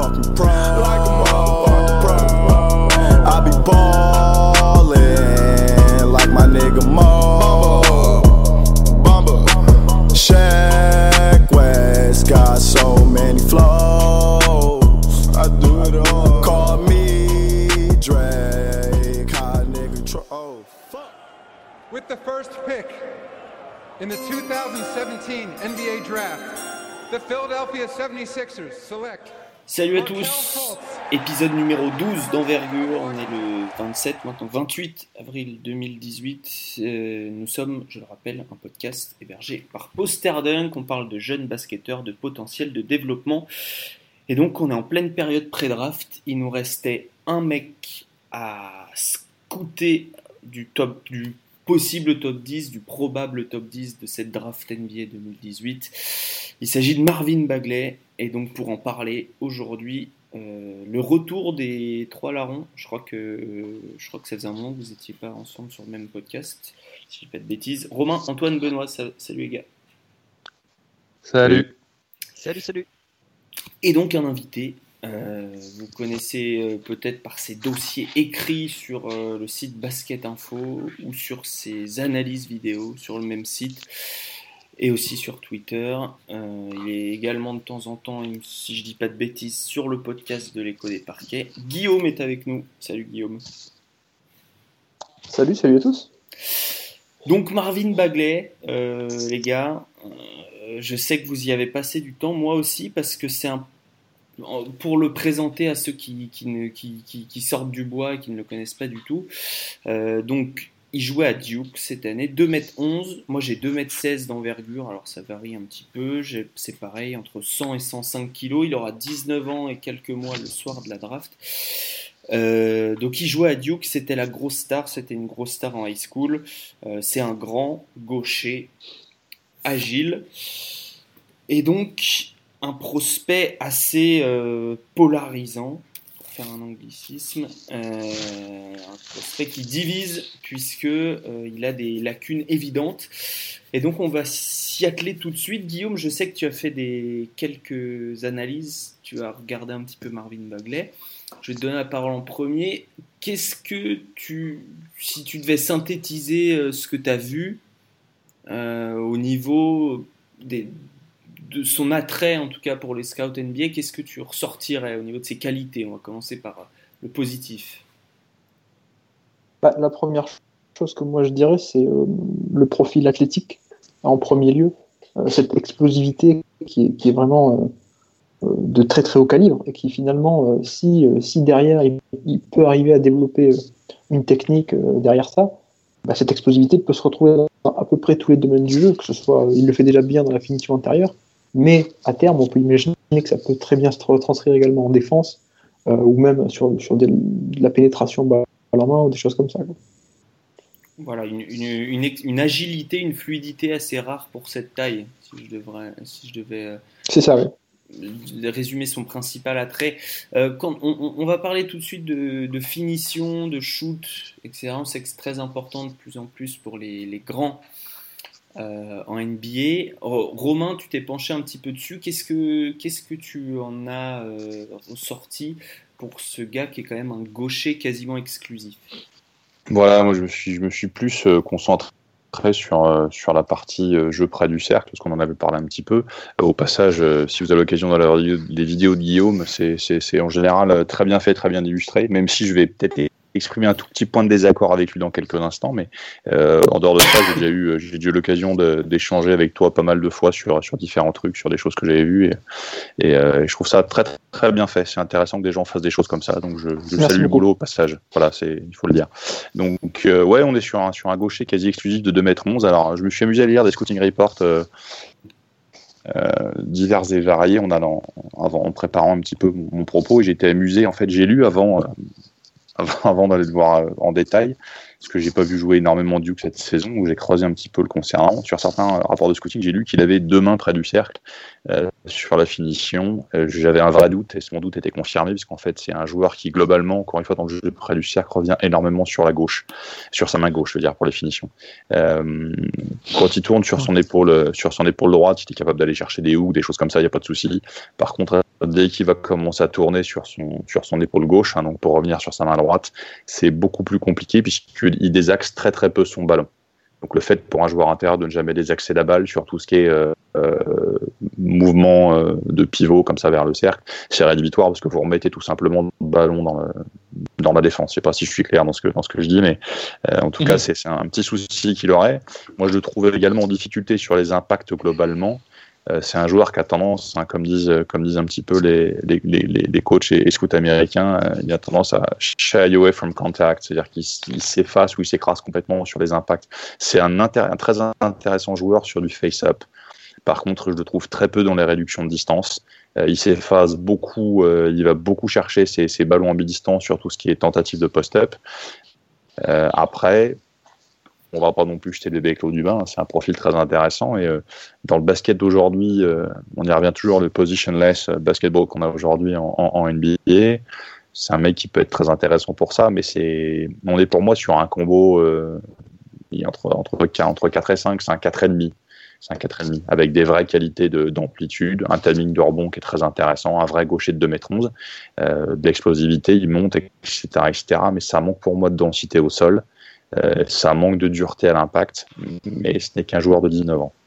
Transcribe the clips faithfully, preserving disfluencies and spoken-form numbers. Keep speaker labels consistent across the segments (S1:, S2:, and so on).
S1: motherfucking pro. Like a motherfucking pro. I be ballin' like my nigga Mo. Bumba, Bumba. Shaq West got so many flows. I do it all. Call me Drake, hot nigga tro- oh, fuck.
S2: With the first pick in the two thousand seventeen N B A Draft, the Philadelphia seventy-sixers select.
S3: Salut à tous, épisode numéro douze d'Envergure, on est le vingt-sept, maintenant vingt-huit avril deux mille dix-huit. Euh, nous sommes, je le rappelle, un podcast hébergé par Posterdunk, on parle de jeunes basketteurs, de potentiel de développement. Et donc on est en pleine période pré-draft, il nous restait un mec à scouter du top, du possible top dix, du probable top dix de cette draft N B A deux mille dix-huit. Il s'agit de Marvin Bagley, et donc pour en parler aujourd'hui, euh, le retour des trois larrons. Je crois que euh, je crois que ça faisait un moment que vous n'étiez pas ensemble sur le même podcast, si je ne dis pas de bêtises. Romain, Antoine, Benoît, ça, salut les gars.
S4: Salut.
S5: Salut, salut.
S3: Et donc un invité. Euh, vous connaissez euh, peut-être par ses dossiers écrits sur euh, le site Basket Info ou sur ses analyses vidéo sur le même site et aussi sur Twitter. Euh, il est également de temps en temps, si je dis pas de bêtises, sur le podcast de l'Écho des Parquets. Guillaume est avec nous. Salut Guillaume.
S4: Salut, salut à tous.
S3: Donc Marvin Bagley, euh, les gars, euh, je sais que vous y avez passé du temps, moi aussi, parce que c'est un pour le présenter à ceux qui, qui, ne, qui, qui, qui sortent du bois et qui ne le connaissent pas du tout. Euh, donc, il jouait à Duke cette année, deux mètres onze. Moi, j'ai deux mètres seize d'envergure, alors ça varie un petit peu. J'ai, c'est pareil, entre cent et cent cinq kilos. Il aura dix-neuf ans et quelques mois le soir de la draft. Euh, donc, il jouait à Duke, c'était la grosse star, c'était une grosse star en high school. Euh, c'est un grand gaucher, agile. Et donc, un prospect assez euh, polarisant, pour faire un anglicisme, euh, un prospect qui divise puisque euh, il a des lacunes évidentes. Et donc on va s'y atteler tout de suite. Guillaume, je sais que tu as fait des quelques analyses, tu as regardé un petit peu Marvin Bagley. Je vais te donner la parole en premier. Qu'est-ce que tu, si tu devais synthétiser euh, ce que tu as vu euh, au niveau des de son attrait, en tout cas pour les scouts N B A, qu'est-ce que tu ressortirais au niveau de ses qualités? On va commencer par le positif.
S4: Bah, la première chose que moi je dirais, c'est euh, le profil athlétique, en premier lieu. Euh, cette explosivité qui est, qui est vraiment euh, de très très haut calibre, et qui finalement, euh, si, euh, si derrière il, il peut arriver à développer euh, une technique euh, derrière ça, bah, cette explosivité peut se retrouver dans à peu près tous les domaines du jeu, que ce soit, euh, il le fait déjà bien dans la finition intérieure, mais à terme, on peut imaginer que ça peut très bien se retranscrire également en défense, euh, ou même sur, sur des, de la pénétration balle en main, ou des choses comme ça, quoi.
S3: Voilà, une, une, une, une agilité, une fluidité assez rare pour cette taille, si je, devrais, si je devais euh,
S4: C'est ça, oui.
S3: résumer son principal attrait. Euh, quand on, on va parler tout de suite de, de finition, de shoot, et cetera. On sait que c'est très important de plus en plus pour les, les grands Euh, en N B A. Oh, Romain, tu t'es penché un petit peu dessus. Qu'est-ce que, qu'est-ce que tu en as euh, ressorti pour ce gars qui est quand même un gaucher quasiment exclusif?
S6: Voilà, moi je me suis, je me suis plus euh, concentré sur, euh, sur la partie euh, jeu près du cercle, parce qu'on en avait parlé un petit peu. Euh, au passage, euh, si vous avez l'occasion d'aller voir les vidéos de Guillaume, c'est, c'est, c'est en général euh, très bien fait, très bien illustré, même si je vais peut-être exprimer un tout petit point de désaccord avec lui dans quelques instants, mais euh, en dehors de ça, j'ai déjà eu, j'ai déjà eu l'occasion de, d'échanger avec toi pas mal de fois sur, sur différents trucs, sur des choses que j'avais vues, et, et, euh, et je trouve ça très, très très bien fait. C'est intéressant que des gens fassent des choses comme ça, donc je, je salue le boulot au passage. Voilà, c'est, il faut le dire. Donc euh, ouais, on est sur un, sur un gaucher quasi exclusif de deux mètres onze. Alors je me suis amusé à lire des scouting reports euh, Euh, divers et variés. On a dans, avant, en préparant un petit peu mon, mon propos, et j'ai été amusé. En fait, j'ai lu avant, euh, avant, avant d'aller le voir euh, en détail, parce que j'ai pas vu jouer énormément Duke cette saison, où j'ai creusé un petit peu le concernant. Sur certains rapports de scouting, j'ai lu qu'il avait deux mains près du cercle euh, sur la finition. Euh, j'avais un vrai doute, et mon doute était confirmé, puisqu'en fait, c'est un joueur qui, globalement, encore une fois, dans le jeu près du cercle, revient énormément sur la gauche, sur sa main gauche, je veux dire, pour les finitions. Euh, quand il tourne sur son épaule, sur son épaule droite, il est capable d'aller chercher des hooks, des choses comme ça, il n'y a pas de souci. Par contre, dès qu'il va commencer à tourner sur son, sur son épaule gauche, hein, donc pour revenir sur sa main droite, c'est beaucoup plus compliqué puisqu'il désaxe très très peu son ballon. Donc le fait pour un joueur intérieur de ne jamais désaxer la balle sur tout ce qui est euh, euh, mouvement euh, de pivot comme ça vers le cercle, c'est rédhibitoire parce que vous remettez tout simplement le ballon dans, le, dans la défense. Je sais pas si je suis clair dans ce que, dans ce que je dis, mais euh, en tout mmh. cas c'est, c'est un petit souci qu'il aurait. Moi je le trouve également en difficulté sur les impacts globalement. Euh, c'est un joueur qui a tendance, hein, comme disent, comme disent un petit peu les, les, les, les coachs et, et scouts américains, euh, il a tendance à shy away from contact, c'est-à-dire qu'il il s'efface ou il s'écrase complètement sur les impacts. C'est un, intér- un très intéressant joueur sur du face-up. Par contre, je le trouve très peu dans les réductions de distance. Euh, il s'efface beaucoup, euh, il va beaucoup chercher ses, ses ballons ambidistants sur tout ce qui est tentative de post-up. Euh, après, on va pas non plus jeter le bébé avec l'eau du bain, c'est un profil très intéressant et euh, dans le basket d'aujourd'hui, euh, on y revient toujours, le positionless basketball qu'on a aujourd'hui en, en, en N B A, c'est un mec qui peut être très intéressant pour ça, mais c'est, on est pour moi sur un combo euh, entre, entre, entre quatre et cinq, c'est un quatre virgule cinq, c'est un quatre virgule cinq avec des vraies qualités de, d'amplitude, un timing de rebond qui est très intéressant, un vrai gaucher de deux mètres onze, euh, de l'explosivité, il monte, et cetera, et cetera, mais ça manque pour moi de densité au sol. Euh, ça manque de dureté à l'impact, mais ce n'est qu'un joueur de dix-neuf ans.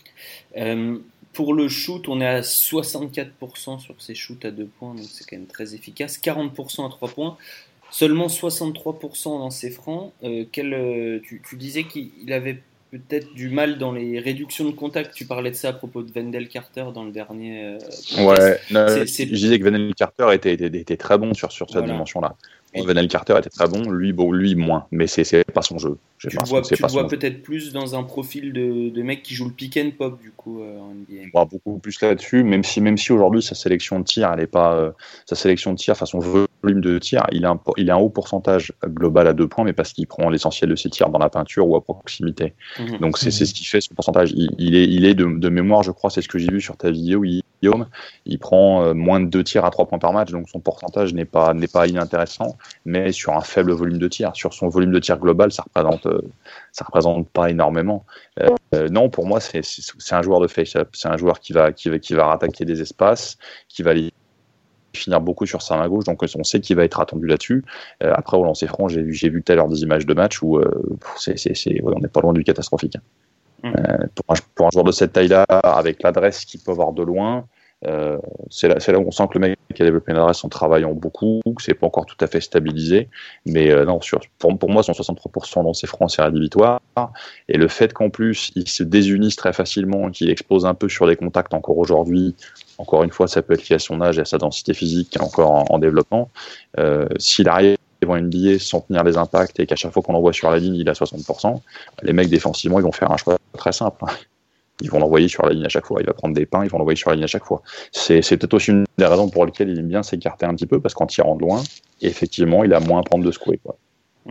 S3: Euh, pour le shoot, on est à soixante-quatre pour cent sur ses shoots à deux points, donc c'est quand même très efficace. quarante pour cent à trois points, seulement soixante-trois pour cent dans ses francs. Euh, quel, euh, tu, tu disais qu'il avait peut-être du mal dans les réductions de contact. Tu parlais de ça à propos de Wendell Carter dans le dernier. Euh,
S6: ouais, c'est, c'est... je disais que Wendell Carter était, était, était très bon sur, sur cette voilà. dimension-là. Et Wendell Carter était très bon, lui, bon, lui moins, mais c'est, c'est pas son jeu.
S3: Tu le vois, tu le vois peut-être plus dans un profil de, de mec qui joue le pick and pop du coup euh, en N B A.
S6: On voit beaucoup plus là-dessus, même si, même si aujourd'hui sa sélection de tir, elle est pas, euh, sa sélection de tir, enfin son volume de tir, il a un, il a un haut pourcentage global à deux points, mais parce qu'il prend l'essentiel de ses tirs dans la peinture ou à proximité. Mmh. Donc c'est, mmh. c'est ce qui fait son pourcentage. Il, il est, il est de, de mémoire, je crois, c'est ce que j'ai vu sur ta vidéo, Guillaume. Il prend euh, moins de deux tirs à trois points par match, donc son pourcentage n'est pas, n'est pas inintéressant, mais sur un faible volume de tir. Sur son volume de tir global, ça représente, euh, ça représente pas énormément. Euh, euh, non, pour moi, c'est, c'est, c'est un joueur de face-up. C'est un joueur qui va, qui va, qui va rattaquer des espaces, qui va aller finir beaucoup sur sa main gauche, donc on sait qu'il va être attendu là-dessus. Euh, après, au lancer franc, j'ai vu, j'ai vu tout à l'heure des images de match où euh, c'est, c'est, c'est, ouais, on n'est pas loin du catastrophique. Mmh. Euh, pour, un, pour un joueur de cette taille-là, avec l'adresse qu'il peut avoir de loin, Euh, c'est, là, c'est là où on sent que le mec qui a développé une adresse en travaillant beaucoup, que c'est pas encore tout à fait stabilisé, mais euh, non, sur, pour, pour moi son soixante-trois pour cent dans ses francs c'est rédhibitoire, et le fait qu'en plus il se désunisse très facilement, qu'il explose un peu sur les contacts encore aujourd'hui, encore une fois ça peut être lié à son âge et à sa densité physique qui est encore en, en développement, euh, s'il arrive devant N B A sans tenir les impacts et qu'à chaque fois qu'on l'envoie sur la ligne il a soixante pour cent, les mecs défensivement ils vont faire un choix très simple. Ils vont l'envoyer sur la ligne à chaque fois. Il va prendre des pains, ils vont l'envoyer sur la ligne à chaque fois. C'est, c'est peut-être aussi une des raisons pour lesquelles il aime bien s'écarter un petit peu, parce qu'en tirant de loin, effectivement, il a moins à prendre de secouer, quoi.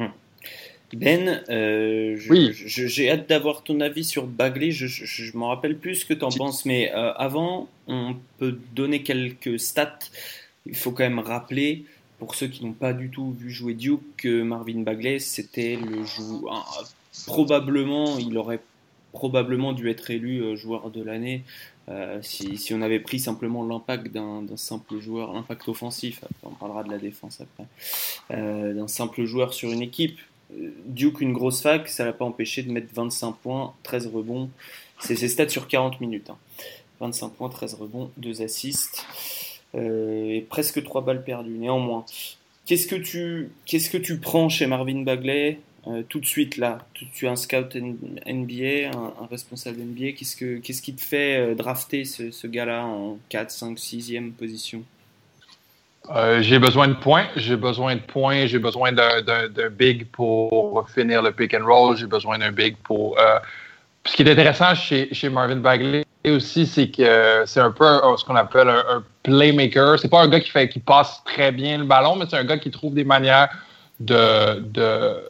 S3: Ben, euh, je, oui. je, j'ai hâte d'avoir ton avis sur Bagley. Je, je, je m'en rappelle plus ce que tu en si. penses, mais euh, avant, on peut donner quelques stats. Il faut quand même rappeler, pour ceux qui n'ont pas du tout vu jouer Duke, que Marvin Bagley, c'était le joueur. Probablement, il aurait probablement dû être élu euh, joueur de l'année euh, si, si on avait pris simplement l'impact d'un, d'un simple joueur, l'impact offensif, on parlera de la défense après, euh, d'un simple joueur sur une équipe. Duke, une grosse fac, ça l'a pas empêché de mettre vingt-cinq points, treize rebonds, c'est ses stats sur quarante minutes, hein. vingt-cinq points, treize rebonds, deux assists euh, et presque trois balles perdues. Néanmoins, qu'est-ce que tu, qu'est-ce que tu prends chez Marvin Bagley Euh, tout de suite là, tu es un scout N B A, un, un responsable N B A, qu'est-ce, que, qu'est-ce qui te fait euh, drafter ce, ce gars-là en quatre, cinq, sixième position?
S5: euh, J'ai besoin de points, j'ai besoin de points, j'ai besoin d'un, d'un, d'un big pour finir le pick and roll, j'ai besoin d'un big pour... Euh, ce qui est intéressant chez, chez Marvin Bagley aussi, c'est que euh, c'est un peu un, ce qu'on appelle un, un playmaker. C'est pas un gars qui, fait, qui passe très bien le ballon, mais c'est un gars qui trouve des manières de... de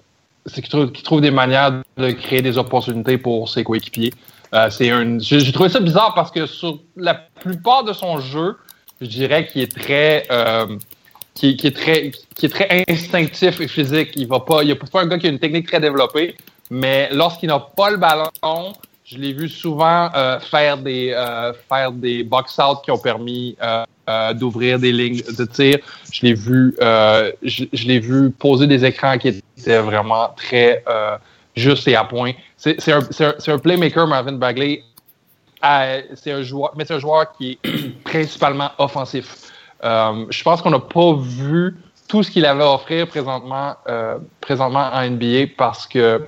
S5: c'est qu'il trouve, qu'il trouve des manières de créer des opportunités pour ses coéquipiers. Euh, c'est un, j'ai, j'ai trouvé ça bizarre parce que sur la plupart de son jeu, je dirais qu'il est très, euh, qui, qui est très, qui est très instinctif et physique. Il va pas, il y a pas un gars qui a une technique très développée, mais lorsqu'il n'a pas le ballon, je l'ai vu souvent euh, faire des, euh, faire des box-out qui ont permis euh, euh, d'ouvrir des lignes de tir. Je l'ai vu, euh, je, je l'ai vu poser des écrans qui étaient vraiment très euh, justes et à point. C'est, c'est, un, c'est, un, c'est un playmaker, Marvin Bagley. Euh, c'est un joueur, mais c'est un joueur qui est principalement offensif. Euh, je pense qu'on n'a pas vu tout ce qu'il avait à offrir présentement, euh, présentement en N B A parce que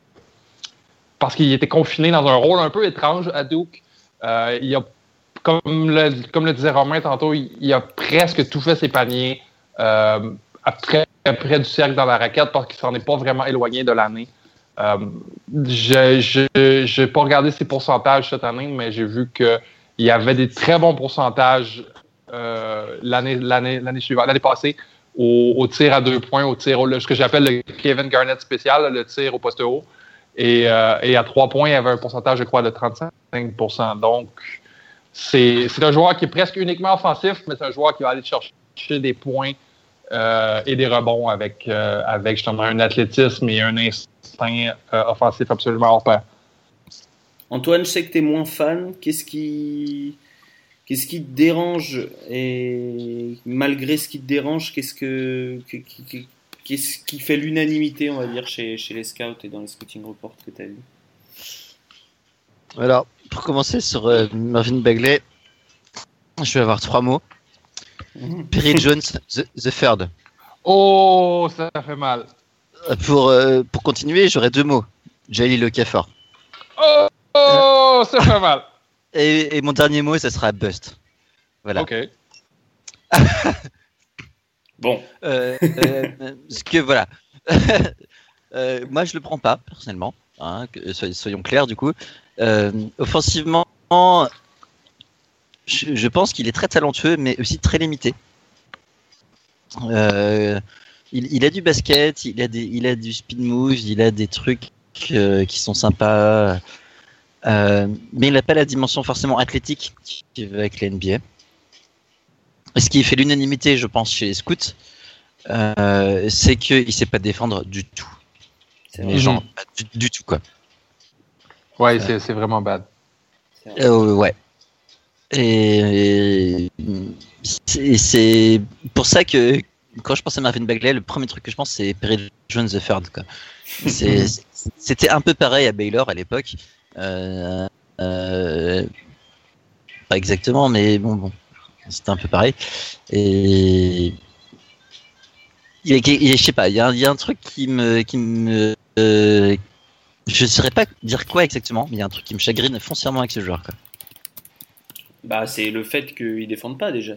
S5: parce qu'il était confiné dans un rôle un peu étrange à Duke. Euh, il a, comme le, comme le disait Romain tantôt, il, il a presque tout fait ses paniers euh, après, après du cercle dans la raquette parce qu'il s'en est pas vraiment éloigné de l'année. Euh, je n'ai pas regardé ses pourcentages cette année, mais j'ai vu qu'il y avait des très bons pourcentages euh, l'année, l'année, l'année suivante, l'année passée, au, au tir à deux points, au tir, au, ce que j'appelle le Kevin Garnett spécial, le tir au poste haut. Et, euh, et à trois points, il y avait un pourcentage, je crois, de trente-cinq pour cent. Donc, c'est, c'est un joueur qui est presque uniquement offensif, mais c'est un joueur qui va aller chercher des points euh, et des rebonds avec, euh, avec justement un athlétisme et un instinct euh, offensif absolument hors pair.
S3: Antoine, je sais que tu es moins fan. Qu'est-ce qui... Qu'est-ce qui te dérange? Et malgré ce qui te dérange, qu'est-ce que... Qu'est-ce qui fait l'unanimité, on va dire, chez, chez les scouts et dans les scouting reports que tu as vus?
S7: Alors, pour commencer sur euh, Marvin Bagley, je vais avoir trois mots. Mmh. Perry Jones, the, the Third.
S5: Oh, ça fait mal.
S7: Pour, euh, pour continuer, j'aurai deux mots. Jahlil Okafor.
S5: Oh, oh, ça fait mal.
S7: Et, et mon dernier mot, ça sera Bust. Voilà.
S5: Ok.
S3: Bon.
S7: Euh, euh, parce que voilà. euh, moi, je le prends pas, personnellement. Hein, que, soyons clairs, du coup. Euh, offensivement, je, je pense qu'il est très talentueux, mais aussi très limité. Euh, il, il a du basket, il a, des, il a du speed move, il a des trucs euh, qui sont sympas. Euh, mais il n'a pas la dimension forcément athlétique qui va avec la N B A. Ce qui fait l'unanimité, je pense, chez les scouts, euh, c'est qu'il ne sait pas défendre du tout. C'est genre, pas du, du tout, quoi.
S5: Ouais, euh, c'est, c'est vraiment bad.
S7: Euh, ouais. Et, et c'est, c'est pour ça que quand je pense à Marvin Bagley, le premier truc que je pense, c'est Perry Jones the Third, quoi. C'est, c'était un peu pareil à Baylor à l'époque. Euh, euh, pas exactement, mais bon, bon. C'était un peu pareil. Et il y a, il y a, je sais pas, il y a, il y a un truc qui me, qui me, euh, je ne saurais pas dire quoi exactement, mais il y a un truc qui me chagrine foncièrement avec ce joueur, quoi.
S3: Bah, c'est le fait qu'ils défendent pas déjà.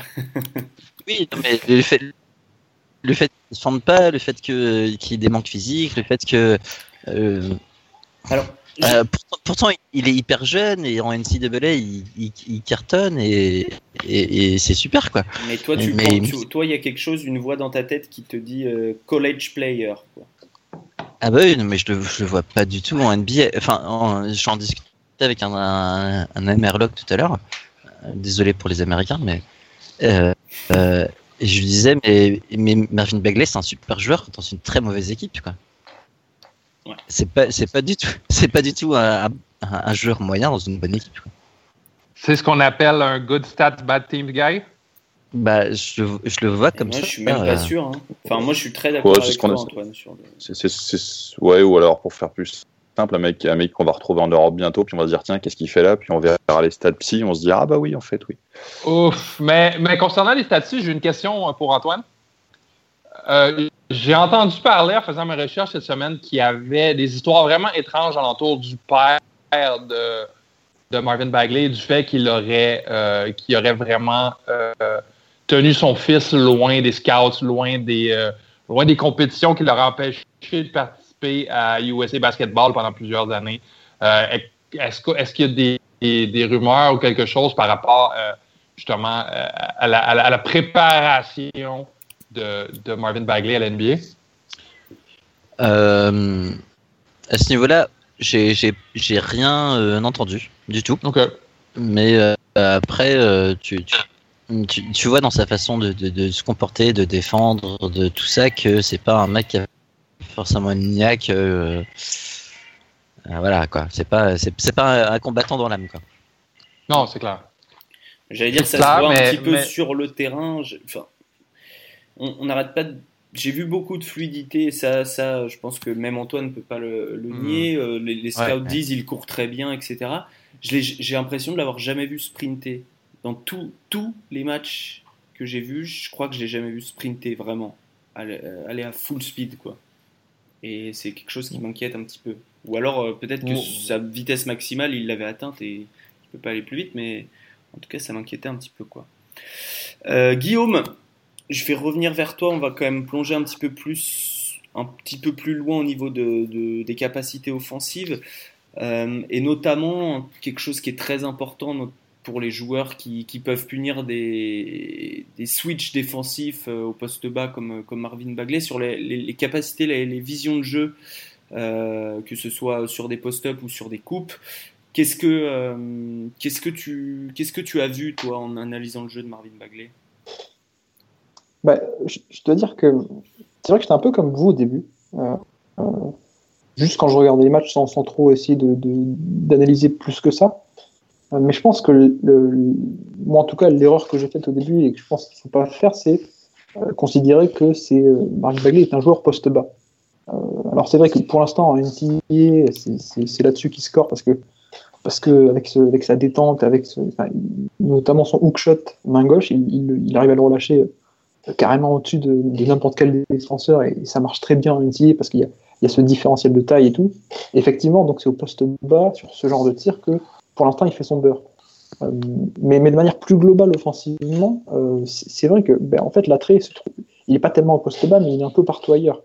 S7: Oui, non, mais le fait, le fait qu'ils défendent pas, le fait que qu'il y ait des manques physiques, le fait que. Euh,
S3: Alors.
S7: Euh, pourtant, pourtant, il est hyper jeune et en N C A A, il, il, il cartonne et, et, et c'est super, quoi.
S3: Mais toi, tu
S7: mais,
S3: prends, tu, toi, il y a quelque chose, une voix dans ta tête qui te dit euh, college player, quoi.
S7: Ah bah oui, non, mais je le, je le vois pas du tout en N B A. Enfin, en, je suis en discutais avec un, un, un Amerloc tout à l'heure. Désolé pour les Américains, mais euh, euh, et je lui disais, mais, mais Marvin Bagley, c'est un super joueur dans une très mauvaise équipe, quoi. Ouais. C'est pas, c'est pas du tout, c'est pas du tout un, un, un joueur moyen dans une bonne équipe, quoi.
S5: C'est ce qu'on appelle un good stats, bad team guy?
S7: Bah, je, je le vois comme
S3: moi,
S7: ça.
S3: Je suis même euh... pas sûr. Hein. Enfin, moi, je suis très d'accord ouais, avec toi, Antoine. Sur le...
S6: c'est, c'est, c'est... Ouais, ou alors pour faire plus simple, un mec, un mec qu'on va retrouver en Europe bientôt, puis on va se dire tiens, qu'est-ce qu'il fait là? Puis on verra les stats psy, on se dira ah bah oui, en fait, oui.
S5: Ouf, mais, mais concernant les stats psy, j'ai une question pour Antoine. Euh, j'ai entendu parler en faisant mes recherches cette semaine qu'il y avait des histoires vraiment étranges alentour du père de, de Marvin Bagley, du fait qu'il aurait, euh, qu'il aurait vraiment euh, tenu son fils loin des scouts, loin des, euh, loin des compétitions, qui l'auraient empêché de participer à U S A Basketball pendant plusieurs années. Euh, est-ce, que, est-ce qu'il y a des, des, des rumeurs ou quelque chose par rapport euh, justement euh, à, la, à, la, à la préparation De, de Marvin Bagley à l'N B A?
S7: Euh, à ce niveau-là, j'ai, j'ai, j'ai rien euh, entendu du tout.
S5: Ok.
S7: Mais euh, après, euh, tu, tu, tu, tu vois dans sa façon de, de, de se comporter, de défendre, de tout ça, que c'est pas un mec qui a forcément une niaque. Euh, euh, voilà, quoi. C'est pas, c'est, c'est pas un, un combattant dans l'âme, quoi.
S5: Non, c'est clair.
S3: J'allais dire, ça
S5: C'est clair,
S3: se voit
S5: mais-
S3: un petit peu
S5: mais-
S3: sur le terrain. Je- Enfin, on n'arrête pas de... J'ai vu beaucoup de fluidité, et ça, ça, je pense que même Antoine ne peut pas le, le
S5: Mm.
S3: nier. Euh, les, les scouts
S7: Ouais, ouais.
S3: disent il court très bien, et cetera. Je l'ai- j'ai l'impression de l'avoir jamais vu sprinter. Dans tout- tous les matchs que j'ai vus, je crois que je l'ai jamais vu sprinter vraiment. Aller, euh, aller à full speed, quoi. Et c'est quelque chose qui m'inquiète un petit peu. Ou alors, euh, peut-être que
S5: Mm.
S3: sa vitesse maximale, il l'avait atteinte et il peut pas aller plus vite, mais en tout cas, ça m'inquiétait un petit peu, quoi. Euh, Guillaume, je vais revenir vers toi. On va quand même plonger un petit peu plus, un petit peu plus loin au niveau de, de- des capacités offensives, euh, et notamment quelque chose qui est très important no- pour les joueurs qui, qui peuvent punir des, des switches défensifs euh, au poste bas comme, comme Marvin Bagley sur les, les- les capacités, les, les visions de jeu, euh, que ce soit sur des post-up ou sur des coupes. Qu'est-ce que, euh, qu'est-ce que tu, qu'est-ce que tu as vu, toi, en analysant le jeu de Marvin Bagley?
S4: Bah, je, je dois dire que c'est vrai que j'étais un peu comme vous au début. Euh, euh, juste quand je regardais les matchs sans, sans trop essayer de, de, d'analyser plus que ça. Euh, mais je pense que le, le- moi, en tout cas, l'erreur que j'ai faite au début et que je pense qu'il ne faut pas faire, c'est euh, considérer que c'est euh, Marvin Bagley est un joueur poste bas. Euh, alors c'est vrai que pour l'instant en N C A A, c'est, c'est, c'est là-dessus qu'il score parce que parce que avec, ce, avec sa détente, avec ce, enfin, il- notamment son hook shot main gauche, il, il, il arrive à le relâcher euh, carrément au-dessus de, de n'importe quel défenseur et, et ça marche très bien en N C A A parce qu'il y a, il y a ce différentiel de taille et tout. Et effectivement, donc c'est au poste bas sur ce genre de tir que pour l'instant il fait son beurre. Euh, mais, mais de manière plus globale offensivement, euh, c'est, c'est vrai que ben, en fait l'attrait se trouve, il est pas tellement au poste bas, mais il est un peu partout ailleurs.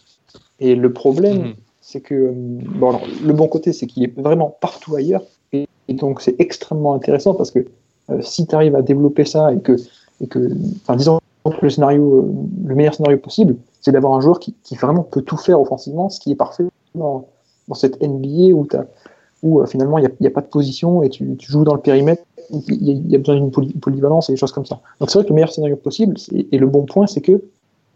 S4: Et le problème,
S5: Mhm.
S4: c'est que euh, bon, alors, le bon côté, c'est qu'il est vraiment partout ailleurs, et, et donc c'est extrêmement intéressant parce que euh, si tu arrives à développer ça et que, et que, enfin, disons que le scénario, euh, le meilleur scénario possible, c'est d'avoir un joueur qui, qui vraiment peut tout faire offensivement, ce qui est parfait dans, dans cette N B A où, t'as, où euh, finalement il n'y a, il y a pas de position et tu, tu joues dans le périmètre, il y a, il y a besoin d'une poly, polyvalence et des choses comme ça. Donc c'est vrai que le meilleur scénario possible, c'est, et le bon point, c'est que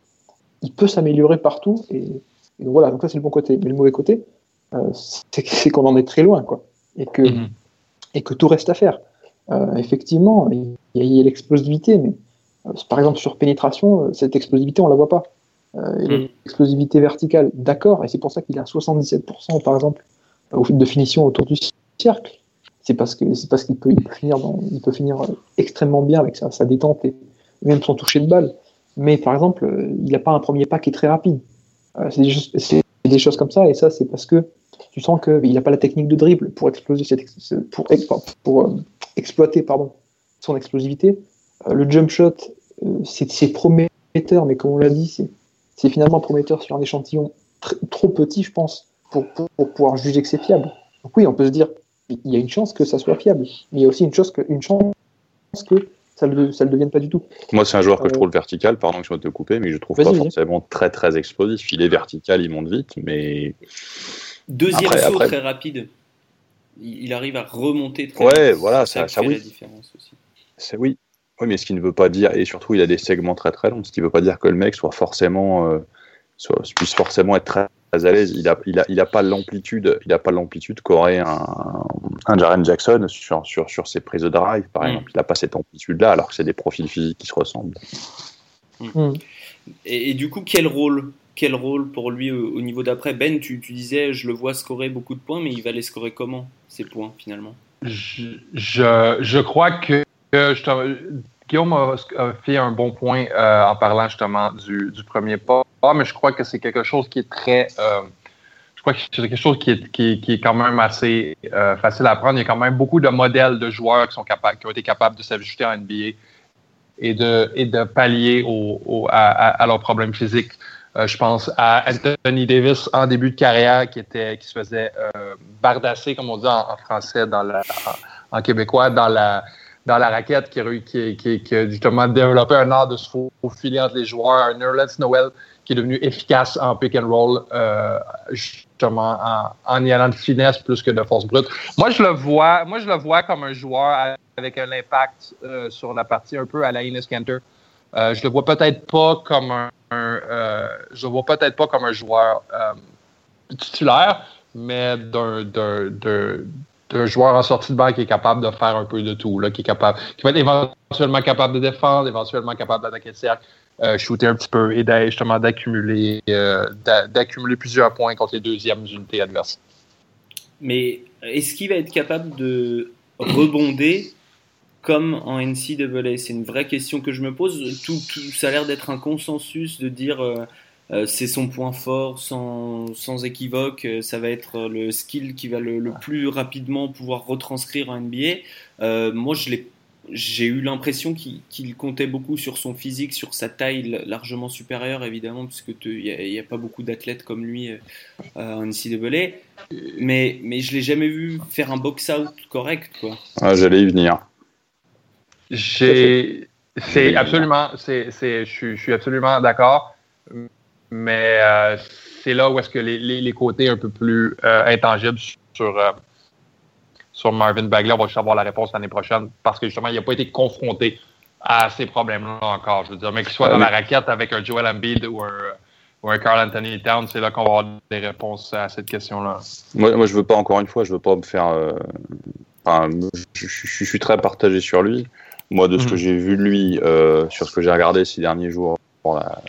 S4: il peut s'améliorer partout et Et donc voilà, donc ça c'est le bon côté. Mais le mauvais côté, euh, c'est, c'est qu'on en est très loin, quoi. Et que,
S5: Mhm.
S4: et que tout reste à faire. Euh, effectivement, il y, a, il y a l'explosivité, mais euh, par exemple sur pénétration, euh, cette explosivité, on la voit pas. Euh, et
S3: Mhm.
S4: L'explosivité verticale, d'accord, et c'est pour ça qu'il a soixante-dix-sept pour cent par exemple au de finition autour du cercle. C'est parce que c'est parce qu'il peut, il peut finir, dans, il peut finir extrêmement bien avec sa, sa détente et même son toucher de balle. Mais par exemple, euh, il n'a pas un premier pas qui est très rapide. Euh, c'est, des choses, c'est des choses comme ça, et ça, c'est parce que tu sens qu'il n'a pas la technique de dribble pour exploser cette ex- pour, pour, pour euh, exploiter pardon, son explosivité. Euh, le jump shot, euh, c'est, c'est prometteur, mais comme on l'a dit, c'est, c'est finalement prometteur sur un échantillon tr- trop petit, je pense, pour, pour, pour pouvoir juger que c'est fiable. Donc oui, on peut se dire, il y a une chance que ça soit fiable, mais il y a aussi une, chose que, une chance que ça ne le, ça le devienne pas du tout.
S6: Moi, c'est un joueur que
S4: Euh,
S6: je trouve vertical, pardon que je vais te couper, mais je trouve
S4: Vas-y,
S6: pas
S4: vas-y.
S6: forcément très très explosif. Il est vertical, il monte vite, mais
S3: Deuxième
S6: Après-
S3: saut
S6: après-
S3: très rapide. Il, il arrive à remonter très
S6: Ouais,
S3: vite.
S6: voilà,
S3: C'est
S6: ça-
S3: qui
S6: ça,
S3: fait
S6: oui.
S3: la différence aussi.
S6: c'est oui. Oui, mais ce qui ne veut pas dire, et surtout il a des segments très très longs, ce qui ne veut pas dire que le mec soit forcément, euh, soit, puisse forcément être très, très à l'aise. Il a, il a, il a pas l'amplitude, il a pas l'amplitude qu'aurait un, un Jaren Jackson sur, sur, sur ses prises de drive, par
S3: Mm.
S6: exemple. Il n'a pas cette amplitude-là, alors que c'est des profils physiques qui se ressemblent.
S4: Mm.
S3: Et, et du coup, quel rôle Quel rôle pour lui au, au niveau d'après? Ben, tu, tu disais, je le vois scorer beaucoup de points, mais il va les scorer comment, ces points, finalement?
S5: Je, je, je crois que, que je te- Guillaume a, a fait un bon point euh, en parlant justement du, du premier pas, ah, mais je crois que c'est quelque chose qui est très... euh, je crois que c'est quelque chose qui est, qui, qui est quand même assez euh, facile à apprendre. Il y a quand même beaucoup de modèles de joueurs qui, sont capables, qui ont été capables de s'ajuster en N B A et de, et de pallier au, au, à, à, à leurs problèmes physiques. Euh, je pense à Anthony Davis en début de carrière qui, était, qui se faisait euh, bardasser, comme on dit en, en français, dans la, en, en québécois, dans la, dans la raquette, qui a, qui, qui, qui a justement développé un art de se faufiler entre les joueurs, un Nerlens Noel qui est devenu efficace en pick and roll, euh, justement en, en y allant de finesse plus que de force brute. Moi, je le vois, moi, je le vois comme un joueur avec un impact euh, sur la partie un peu à la Enes Kanter. Euh, je le vois peut-être pas comme un, un euh, je le vois peut-être pas comme un joueur euh, titulaire, mais d'un, d'un, d'un, d'un joueur en sortie de banc qui est capable de faire un peu de tout, là, qui est capable, qui va être éventuellement capable de défendre, éventuellement capable d'attaquer le cercle, euh, shooter un petit peu et justement d'accumuler, euh, d'accumuler plusieurs points contre les deuxièmes unités adverses.
S3: Mais est-ce qu'il va être capable de rebonder comme en N C A A? C'est une vraie question que je me pose. Tout, tout, ça a l'air d'être un consensus de dire euh, euh, c'est son point fort sans, sans équivoque. Euh, ça va être le skill qui va le, le plus rapidement pouvoir retranscrire en N B A. Euh, moi, je l'ai, j'ai eu l'impression qu'il, qu'il comptait beaucoup sur son physique, sur sa taille largement supérieure, évidemment, parce qu'il n'y a, a pas beaucoup d'athlètes comme lui euh, en N C A A. Mais, mais je ne l'ai jamais vu faire un box-out correct, quoi.
S6: Ah, j'allais y venir.
S5: J'ai, c'est absolument, c'est, c'est, je suis, je suis absolument d'accord, mais euh, c'est là où est-ce que les, les, les côtés un peu plus euh, intangibles sur euh, sur Marvin Bagley, on va juste avoir la réponse l'année prochaine parce que justement, il n'a pas été confronté à ces problèmes-là encore. Je veux dire, mais qu'il soit dans la raquette avec un Joel Embiid ou un, ou un Karl Anthony Towns, c'est là qu'on va avoir des réponses à cette question-là.
S6: Moi, moi je veux pas, encore une fois, je veux pas me faire. Euh, enfin, je, je, je suis très partagé sur lui. Moi, de ce mmh. que j'ai vu de lui, euh, sur ce que j'ai regardé ces derniers jours, la,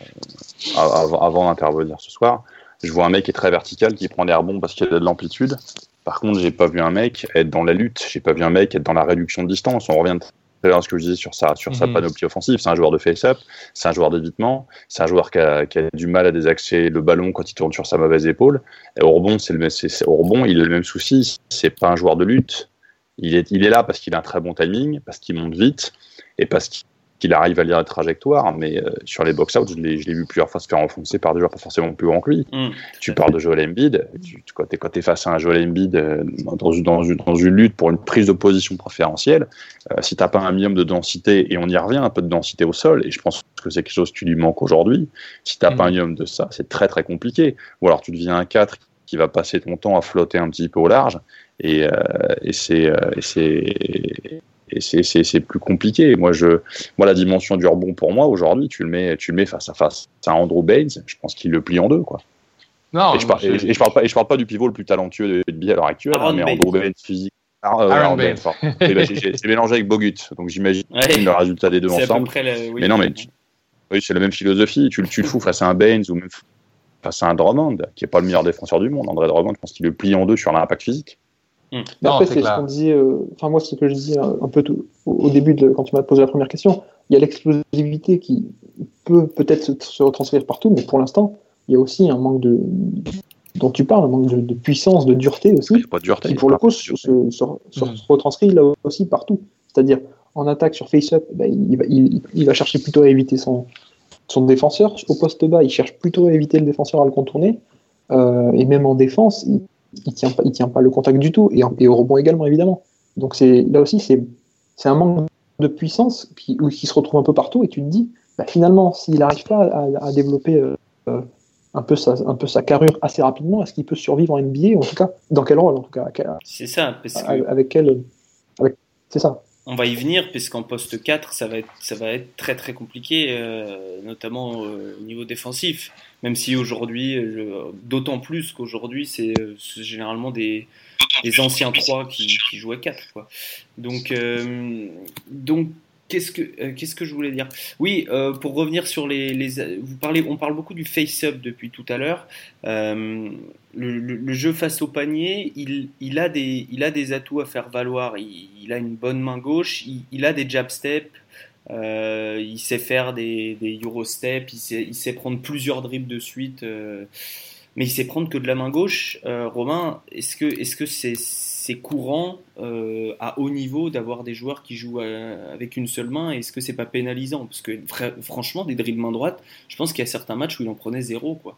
S6: avant, avant d'intervenir ce soir, je vois un mec qui est très vertical, qui prend des rebonds parce qu'il a de l'amplitude. Par contre, j'ai pas vu un mec être dans la lutte, j'ai pas vu un mec être dans la réduction de distance. On revient à ce que je disais sur sa, sur mmh. sa panoplie offensive. C'est un joueur de face-up, c'est un joueur d'évitement, c'est un joueur qui a, qui a du mal à désaxer le ballon quand il tourne sur sa mauvaise épaule. Et au rebond, c'est le, c'est, c'est, au rebond, il a le même souci. C'est pas un joueur de lutte. Il est, il est là parce qu'il a un très bon timing, parce qu'il monte vite et parce qu'il arrive à lire la trajectoire. Mais euh, sur les box-out, je l'ai, je l'ai vu plusieurs fois se faire enfoncer par des joueurs pas forcément plus grands que lui. Mmh, tu parles de Joel Embiid. Tu, tu, quand tu es, quand t'es face à un Joel Embiid euh, dans, dans, une, dans une lutte pour une prise de position préférentielle, euh, si tu n'as pas un minimum de densité, et on y revient, un peu de densité au sol, et je pense que c'est quelque chose qui lui manque aujourd'hui, si tu n'as mmh. pas un minimum de ça, c'est très très compliqué. Ou alors tu deviens un quatre qui va passer ton temps à flotter un petit peu au large. Et, euh, et, c'est, euh, et, c'est, et c'est, c'est, c'est plus compliqué. Moi, je, moi, la dimension du rebond pour moi aujourd'hui, tu le mets, tu le mets face à face à Andrew Baines. Je pense qu'il le plie en deux, quoi. Non. Et je parle, et, et je parle pas, et je parle pas du pivot le plus talentueux de N B A à l'heure actuelle, hein, mais Andrew Baines physique. Ah, euh, Aaron Baines. Et ben, j'ai, c'est mélangé avec Bogut, donc j'imagine ouais. le résultat des deux c'est ensemble. À peu près la, oui, mais non, mais tu, oui, c'est la même philosophie. Tu, tu le fous face à un Baines ou même face à un Drummond, qui est pas le meilleur défenseur du monde. André Drummond, je pense qu'il le plie en deux sur l'impact physique.
S4: Mmh. Non, après, c'est, c'est ce qu'on disait. Enfin, euh, moi, c'est ce que je disais un, un peu tout, au, au début de, quand tu m'as posé la première question. Il y a l'explosivité qui peut peut-être se, se retranscrire partout, mais pour l'instant, il y a aussi un manque de, dont tu parles, un manque de, de puissance, de dureté aussi. Il y a pas de dureté. Qui pour le coup se, se, se, se mmh. retranscrit là aussi partout. C'est-à-dire en attaque sur face-up, bah, il, va, il, il va chercher plutôt à éviter son, son défenseur. Au poste bas, il cherche plutôt à éviter le défenseur à le contourner. Euh, et même en défense, il il tient pas, il tient pas le contact du tout, et, et au rebond également évidemment. Donc c'est là aussi c'est c'est un manque de puissance qui, qui se retrouve un peu partout, et tu te dis bah, finalement s'il n'arrive pas à, à développer euh, un peu sa un peu sa carrure assez rapidement, est-ce qu'il peut survivre en N B A, en tout cas dans quel rôle en tout cas à,
S3: c'est ça parce
S4: à,
S3: que
S4: avec quel avec c'est ça.
S3: On va y venir, puisqu'en poste quatre, ça va être, ça va être très très compliqué, euh, notamment euh, au niveau défensif. Même si aujourd'hui, je, d'autant plus qu'aujourd'hui, c'est, c'est généralement des, des anciens trois qui, qui jouent à quatre, quoi. Donc, euh, donc qu'est-ce que, euh, qu'est-ce que je voulais dire ? Oui, euh, pour revenir sur les, les, vous parlez, on parle beaucoup du face-up depuis tout à l'heure. Euh, le, le, le jeu face au panier, il, il a des, il a des atouts à faire valoir. Il, il a une bonne main gauche, il, il a des jab steps, euh, il sait faire des, des euro steps, il sait, il sait prendre plusieurs dribbles de suite, euh, mais il sait prendre que de la main gauche. Euh, Romain, est-ce que, est-ce que c'est c'est courant euh, à haut niveau d'avoir des joueurs qui jouent à, avec une seule main, et est-ce que c'est pas pénalisant ? Parce que fr- franchement, des dribbles main droite, je pense qu'il y a certains matchs où il en prenait zéro, quoi.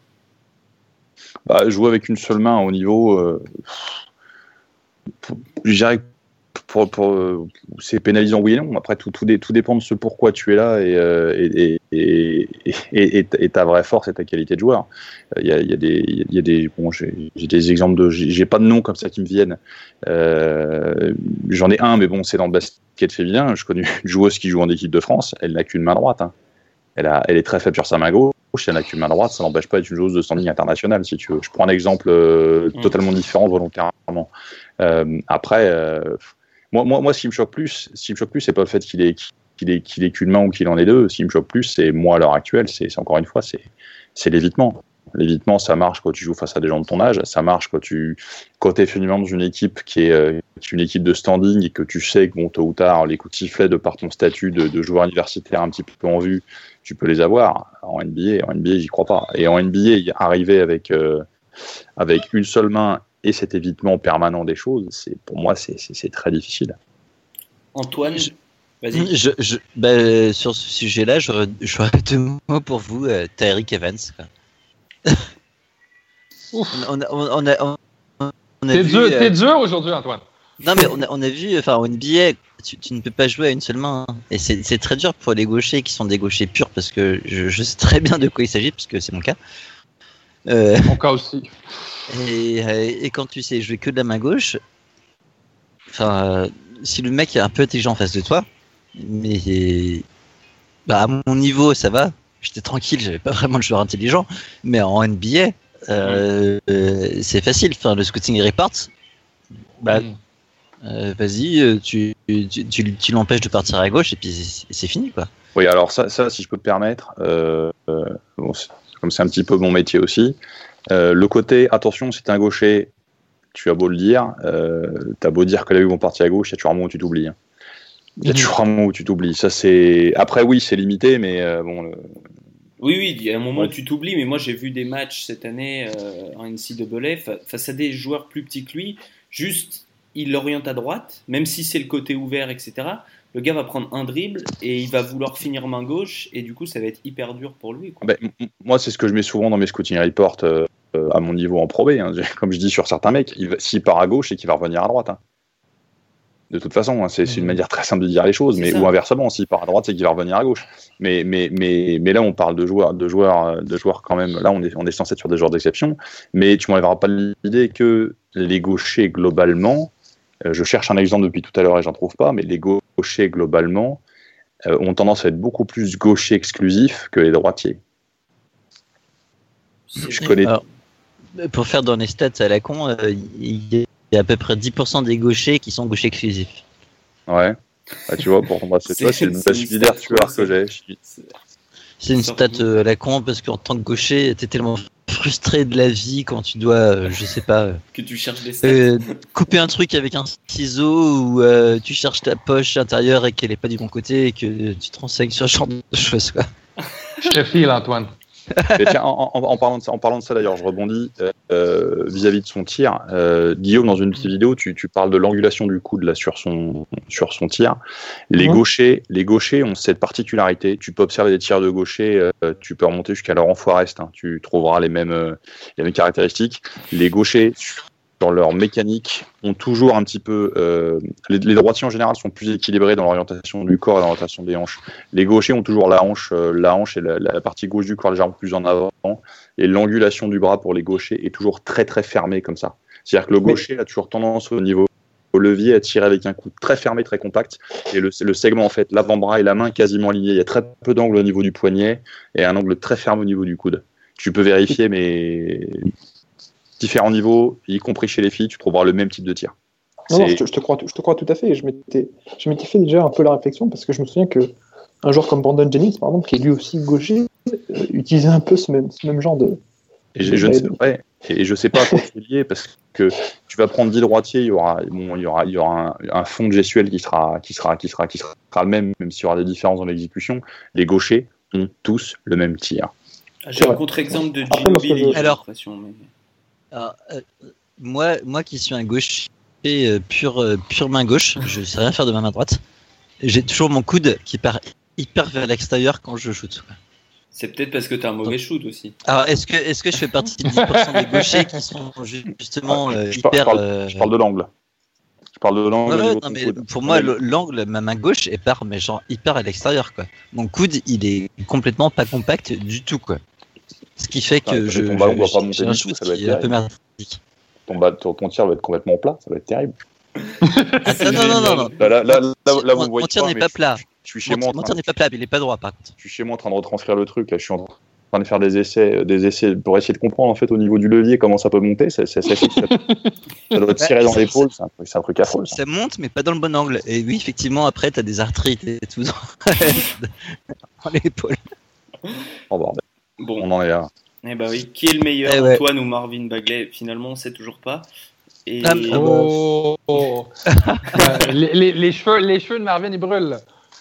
S6: Bah, jouer avec une seule main à haut niveau, euh, je dirais pour, pour, c'est pénalisant, oui et non. Après, tout, tout, dé, tout dépend de ce pourquoi tu es là et, et, et, et, et, et ta vraie force et ta qualité de joueur. Il y a, il y a des, il y a des, bon, j'ai, j'ai des exemples de, j'ai, j'ai pas de noms comme ça qui me viennent. Euh, j'en ai un, mais bon, c'est dans le basket féminin. Je connais une joueuse qui joue en équipe de France. Elle n'a qu'une main droite. Hein. Elle, a, elle est très faible sur sa main gauche. Elle n'a qu'une main droite. Ça n'empêche pas d'être une joueuse de standing international, si tu veux. Je prends un exemple euh, mmh. totalement différent volontairement. Euh, après, euh, moi, moi, moi, ce qui me choque plus, ce qui me choque plus, c'est pas le fait qu'il ait, qu'il ait, qu'il ait qu'une main ou qu'il en ait deux. Ce qui me choque plus, c'est moi à l'heure actuelle, c'est, c'est encore une fois, c'est, c'est l'évitement. L'évitement, ça marche quand tu joues face à des gens de ton âge. Ça marche quand tu, quand t'es finalement dans une équipe qui est, euh, qui est une équipe de standing et que tu sais que bon, tôt ou tard, les coups de sifflet de par ton statut de, de joueur universitaire un petit peu en vue, tu peux les avoir. En N B A, en N B A, j'y crois pas. Et en N B A, arriver avec, euh, avec une seule main et cet évitement permanent des choses, c'est, pour moi, c'est, c'est, c'est très difficile.
S3: Antoine,
S7: je,
S3: vas-y.
S7: Je, je, bah, sur ce sujet-là, j'aurais, j'aurais deux mots pour vous. Euh, Tyreke Evans. Quoi. on, on, on, a, on, on a
S5: t'es,
S7: vu,
S5: dur,
S7: euh...
S5: t'es dur aujourd'hui, Antoine.
S7: Non, mais on a, on a vu, enfin, en N B A, tu, tu ne peux pas jouer à une seule main. Hein. Et c'est, c'est très dur pour les gauchers qui sont des gauchers purs, parce que je, je sais très bien de quoi il s'agit, parce que c'est mon cas. Euh,
S5: mon cas aussi.
S7: Et, et quand tu sais jouer que de la main gauche, enfin, si le mec est un peu intelligent en face de toi, mais bah, à mon niveau, ça va. J'étais tranquille, j'avais pas vraiment le joueur intelligent, mais en N B A, euh, euh, c'est facile. Enfin, le scouting report, bah, mm. euh, vas-y, tu, tu, tu, tu l'empêches de partir à gauche et puis c'est, c'est fini, quoi.
S6: Oui, alors ça, ça, si je peux te permettre, euh, euh, bon, c'est, comme c'est un petit peu mon métier aussi, euh, le côté, attention, si t'es un gaucher, tu as beau le dire, euh, t'as beau dire que là, ils vont partir à gauche, il y a toujours un moment où tu t'oublies. Hein. Il y a toujours un moment où tu t'oublies. Ça, c'est... Après, oui, c'est limité, mais euh, bon... Le...
S3: Oui, oui, il y a un moment ouais. où tu t'oublies, mais moi, j'ai vu des matchs cette année euh, en N C A A face à des joueurs plus petits que lui. Juste, il l'oriente à droite, même si c'est le côté ouvert, et cetera. Le gars va prendre un dribble et il va vouloir finir main gauche, et du coup, ça va être hyper dur pour lui. Quoi.
S6: Ben, m- moi, c'est ce que je mets souvent dans mes scouting reports euh, à mon niveau en Pro B. Hein. Comme je dis sur certains mecs, il va, s'il part à gauche, c'est qu'il va revenir à droite. Hein. De toute façon, hein, c'est, c'est une manière très simple de dire les choses, mais ou inversement, s'il part à droite, c'est qu'il va revenir à gauche. Mais, mais, mais, mais là, on parle de joueurs, de joueurs, de joueurs quand même. Là, on est, on est censé être sur des joueurs d'exception, mais tu m'enlèveras pas l'idée que les gauchers globalement, euh, je cherche un exemple depuis tout à l'heure et j'en trouve pas, mais les gauchers globalement euh, ont tendance à être beaucoup plus gauchers exclusifs que les droitiers.
S7: Je connais. Alors, pour faire dans les stats à la con, euh, il y a Il y a à peu près dix pour cent des gauchers qui sont gauchers exclusifs.
S6: Ouais. Bah, tu vois, pour moi, c'est, c'est, toi, c'est, c'est le suicidaire tueur que j'ai.
S7: C'est une stat euh, à la con parce qu'en tant que gaucher, t'es tellement frustré de la vie quand tu dois, euh, je sais pas, euh,
S3: que tu cherches des stats.
S7: Euh, couper un truc avec un ciseau ou euh, tu cherches ta poche intérieure et qu'elle est pas du bon côté et que tu te renseignes sur ce genre de choses, quoi.
S5: Je te file, Antoine.
S6: Mais tiens, en, en, en, parlant de ça, en parlant de ça d'ailleurs, je rebondis euh, vis-à-vis de son tir. Euh, Guillaume, dans une petite vidéo, tu, tu parles de l'angulation du coude là sur son sur son tir. Les mmh. gauchers, les gauchers ont cette particularité. Tu peux observer des tirs de gauchers, euh, tu peux remonter jusqu'à Laurent Forest. Hein, tu trouveras les mêmes euh, les mêmes caractéristiques. Les gauchers, dans leur mécanique, ont toujours un petit peu... Euh, les, les droitiers, en général, sont plus équilibrés dans l'orientation du corps et dans l'orientation des hanches. Les gauchers ont toujours la hanche, euh, la hanche et la, la partie gauche du corps légèrement plus en avant. Et l'angulation du bras pour les gauchers est toujours très, très fermée comme ça. C'est-à-dire que le gaucher a toujours tendance au niveau au levier à tirer avec un coup très fermé, très compact. Et le, le segment, en fait, l'avant-bras et la main quasiment alignés. Il y a très peu d'angle au niveau du poignet et un angle très ferme au niveau du coude. Tu peux vérifier, mais... différents niveaux, y compris chez les filles, tu trouveras le même type de tir.
S4: Non, non, je, te, je, te crois, je te crois tout à fait. Je m'étais, je m'étais fait déjà un peu la réflexion parce que je me souviens que un joueur comme Brandon Jennings, par exemple, qui est lui aussi gaucher, euh, utilisait un peu ce même, ce même genre de.
S6: Et je, je ne sais pas. Ouais, et je sais pas à quoi c'est lié parce que tu vas prendre dix droitiers, il y aura, bon, il y aura, il y aura un, un fond gestuel qui sera, qui sera, qui sera, qui sera le même, même s'il y aura des différences dans l'exécution. Les gauchers ont tous le même tir.
S3: Ah, j'ai un contre-exemple de Ginobili.
S7: Alors. Alors, euh, moi, moi qui suis un gaucher euh, pure, euh, pure main gauche, je ne sais rien faire de ma main droite. J'ai toujours mon coude qui part hyper vers l'extérieur quand je shoot.
S3: C'est peut-être parce que tu as un mauvais shoot aussi.
S7: Alors, est-ce que, est-ce que je fais partie de dix pour cent des gauchers qui sont justement euh,
S6: je
S7: hyper...
S6: Parle,
S7: euh...
S6: je parle de l'angle. Je parle de l'angle.
S7: Ouais,
S6: au
S7: ouais,
S6: niveau de
S7: non,
S6: ton
S7: mais
S6: coude.
S7: pour moi,
S6: Ouais.
S7: le- l'angle, ma main gauche, est part, mais genre hyper à l'extérieur, quoi. Mon coude, il est complètement pas compact du tout, quoi. Ce qui fait
S6: Putain,
S7: que
S6: et
S7: je,
S6: ton ballon
S7: je-
S6: doit pas
S7: j'ai
S6: monter
S7: un
S6: du
S7: shoot
S6: tout, ça doit
S7: qui
S6: être
S7: est un peu
S6: terrible.
S7: merdique.
S6: Ton, bas- ton, ton tir va être complètement plat, ça va être terrible.
S7: Ah, non, non, non, non, non.
S6: Là, là, là, là, là, là, vous
S7: Mon-
S6: me voyez
S7: mon tir
S6: pas,
S7: n'est
S6: mais
S7: pas
S6: je-
S7: plat.
S6: Je suis chez
S7: Mon,
S6: moi en
S7: mon
S6: train
S7: tir
S6: de-
S7: n'est pas plat, mais il est pas droit, par contre.
S6: je suis chez moi en train de retranscrire le truc. Là, je suis en train de faire des essais, des essais pour essayer de comprendre en fait au niveau du levier comment ça peut monter. Ça, ça, ça, ça, ça doit tirer dans
S7: ça-
S6: l'épaule. C'est un, truc- c'est un truc affreux. Ça.
S7: Ça monte, mais pas dans le bon angle. Et oui, effectivement, après, t'as des arthrites et tout dans dans l'épaule.
S6: Oh bordel.
S3: Bon,
S6: On en est là.
S3: eh ben oui, qui est le meilleur,
S7: Eh ouais.
S3: Antoine ou Marvin Bagley? Finalement, on sait toujours pas. Et
S7: Ah, mais-
S5: Oh, oh. Euh, les, les, les cheveux, les cheveux de Marvin, ils brûlent.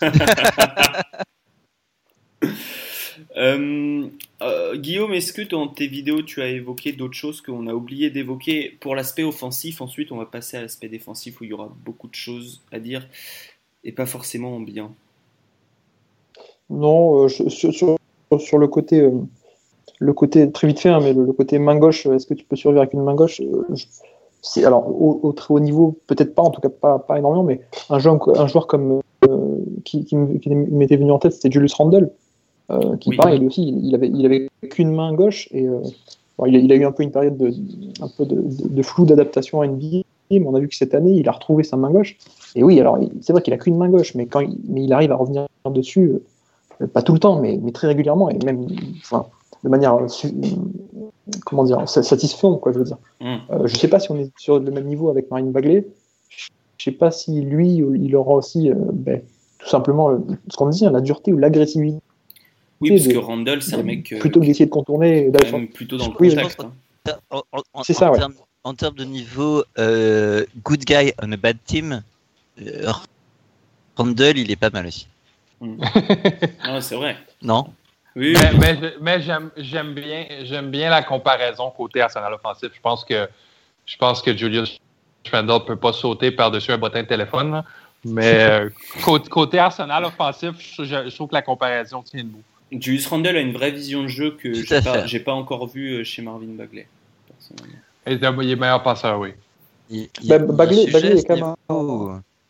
S3: Euh, euh, Guillaume, est-ce que dans tes vidéos tu as évoqué d'autres choses qu'on a oublié d'évoquer pour l'aspect offensif? Ensuite, on va passer à l'aspect défensif où il y aura beaucoup de choses à dire et pas forcément en bien.
S4: Non, euh, sur, sur, sur le côté, euh, le côté très vite fait, hein, mais le, le côté main gauche, est-ce que tu peux survivre avec une main gauche? euh, je- c'est, alors, au, au très haut niveau, peut-être pas, en tout cas pas, pas énormément, mais un joueur, un joueur comme euh, qui, qui, me- qui m'était venu en tête, c'était Julius Randle, euh, qui
S3: Oui.
S4: pareil, lui aussi, il, il avait, il avait qu'une main gauche et euh, bon, il, a, il a eu un peu une période de, un peu de, de, de flou d'adaptation à N B A, mais on a vu que cette année, il a retrouvé sa main gauche. Et oui, alors il- c'est vrai qu'il a qu'une main gauche, mais quand il, mais il arrive à revenir dessus, euh, pas tout le temps, mais, mais très régulièrement et même, enfin, de manière, euh, su- comment dire, sa- satisfaisante, quoi, je veux dire.
S3: Mm.
S4: Euh, je sais pas si on est sur le même niveau avec Marvin Bagley. Je sais pas si lui, il aura aussi, euh, ben, tout simplement, euh, ce qu'on dit, hein, la dureté ou l'agressivité.
S3: Oui, parce
S4: de-
S3: que Randall, c'est un mec euh,
S4: plutôt que d'essayer de contourner. et d'aller
S3: quand même plutôt dans le
S4: Oui,
S3: contact.
S7: oui.
S3: hein.
S7: En, en- en-
S4: C'est ça,
S7: en
S4: ouais.
S7: termes, en termes de niveau euh, good guy on a bad team, euh, Randall, il est pas mal aussi.
S3: Ah, c'est vrai.
S7: Non?
S3: Oui,
S5: Mais,
S3: oui.
S5: mais, je- mais j'aime, j'aime bien, j'aime bien la comparaison côté Arsenal offensif. Je pense que, je pense que Julius Randle peut pas sauter par-dessus un bottin de téléphone, là. Mais euh, côté, côté Arsenal offensif, je, je- je trouve que la comparaison tient debout.
S3: Julius Randle a une vraie vision de jeu que
S7: Tout
S3: j'ai
S7: à
S3: pas,
S7: fait.
S3: j'ai pas encore vu euh, chez Marvin Bagley. Personnellement.
S5: Et il est meilleur passeur, oui.
S7: Il, il-
S4: Bah,
S7: il y a
S4: Bagley-
S7: un sujet
S4: Bagley
S7: à
S4: est
S7: ce
S4: quand même
S7: niveau.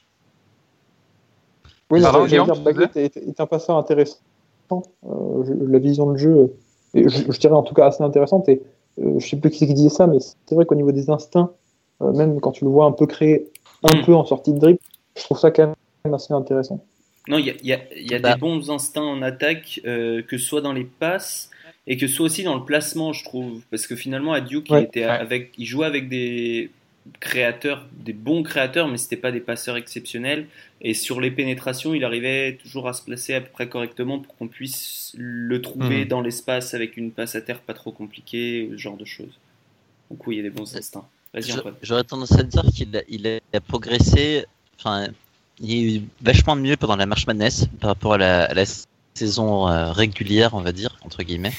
S4: Oui,
S5: Pardon,
S4: j'allais dire,
S5: Guillaume,
S4: Bagley
S5: tu
S4: est, est un passeur intéressant. Euh, je- la vision de jeu, et je, je dirais en tout cas assez intéressante. Et euh, je sais plus qui c'est qui disait ça, mais c'est vrai qu'au niveau des instincts, euh, même quand tu le vois un peu créer un
S3: Mm.
S4: peu en sortie de dribble, je trouve ça quand même assez intéressant.
S3: Non, il y a, il y a- il y a
S7: Bah.
S3: des bons instincts en attaque, euh, que ce soit dans les passes et que ce soit aussi dans le placement, je trouve. Parce que finalement, à Duke, il,
S4: Ouais.
S3: était
S5: Ouais.
S3: avec, il jouait avec des créateurs, des bons créateurs, mais c'était pas des passeurs exceptionnels. Et sur les pénétrations, il arrivait toujours à se placer à peu près correctement pour qu'on puisse le trouver
S5: Mhm.
S3: dans l'espace avec une passe à terre pas trop compliquée, ce genre de choses. Donc oui, il y a des bons instincts. Vas-y,
S7: Je-
S3: Antoine.
S7: J'aurais tendance à dire qu'il a, il a, il a progressé, enfin, il est vachement mieux pendant la March Madness par rapport à la, à la saison euh, régulière, on va dire, entre guillemets.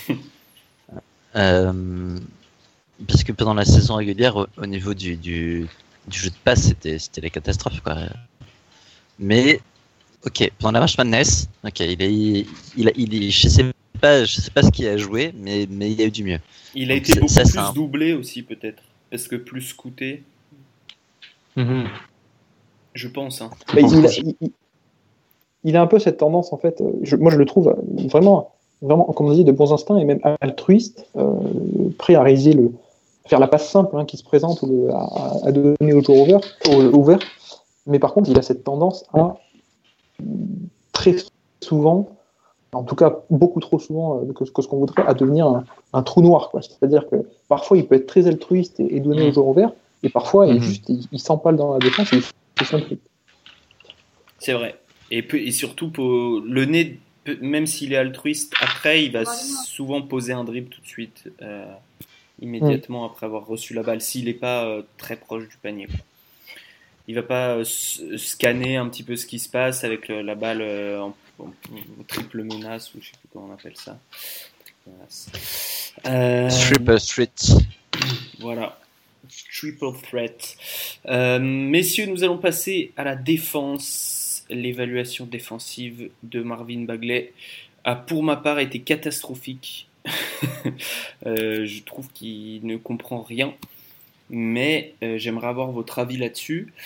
S7: euh, parce que pendant la saison régulière, au, au niveau du, du, du jeu de passe, c'était, c'était la catastrophe, quoi. Mais, ok, pendant la March Madness, ok, il est, il a, il est, je sais pas, je sais pas ce qu'il a joué, mais, mais il y a eu du mieux.
S3: Il a
S7: Donc
S3: été
S7: ça-
S3: beaucoup
S7: ça, c'est
S3: plus
S7: un-
S3: doublé aussi, peut-être. Parce que plus scouté, je pense. Hein.
S4: Mais il, a, il, il- il a un peu cette tendance, en fait, euh, je- moi je le trouve euh, vraiment, vraiment, comme on dit, de bons instincts et même altruiste, euh, prêt à réaliser le, faire la passe simple hein, qui se présente ou le- à, à donner au joueur ouvert, au- ouvert. Mais par contre, il a cette tendance à très souvent, en tout cas beaucoup trop souvent euh, que, que ce qu'on voudrait, à devenir un, un trou noir. Quoi. C'est-à-dire que parfois il peut être très altruiste et, et donner
S3: Mmh.
S4: au joueur ouvert, et parfois il,
S5: Mhm.
S4: juste, il, il s'empale dans la défense et il fait son truc.
S3: C'est vrai. Et, peu- et surtout, pour le nez, peu- même s'il est altruiste, après, il va souvent poser un dribble tout de suite, euh, immédiatement après avoir reçu la balle, s'il n'est pas euh, très proche du panier. Quoi. Il va pas euh, s- scanner un petit peu ce qui se passe avec euh, la balle euh, en, en- en triple menace, ou je sais plus comment on appelle ça. Triple menace. Euh,
S7: Stripper Street.
S3: Voilà. Triple threat. Euh, messieurs, nous allons passer à la défense. L'évaluation défensive de Marvin Bagley a pour ma part été catastrophique. Euh, je trouve qu'il ne comprend rien. Mais euh, j'aimerais avoir votre avis là-dessus.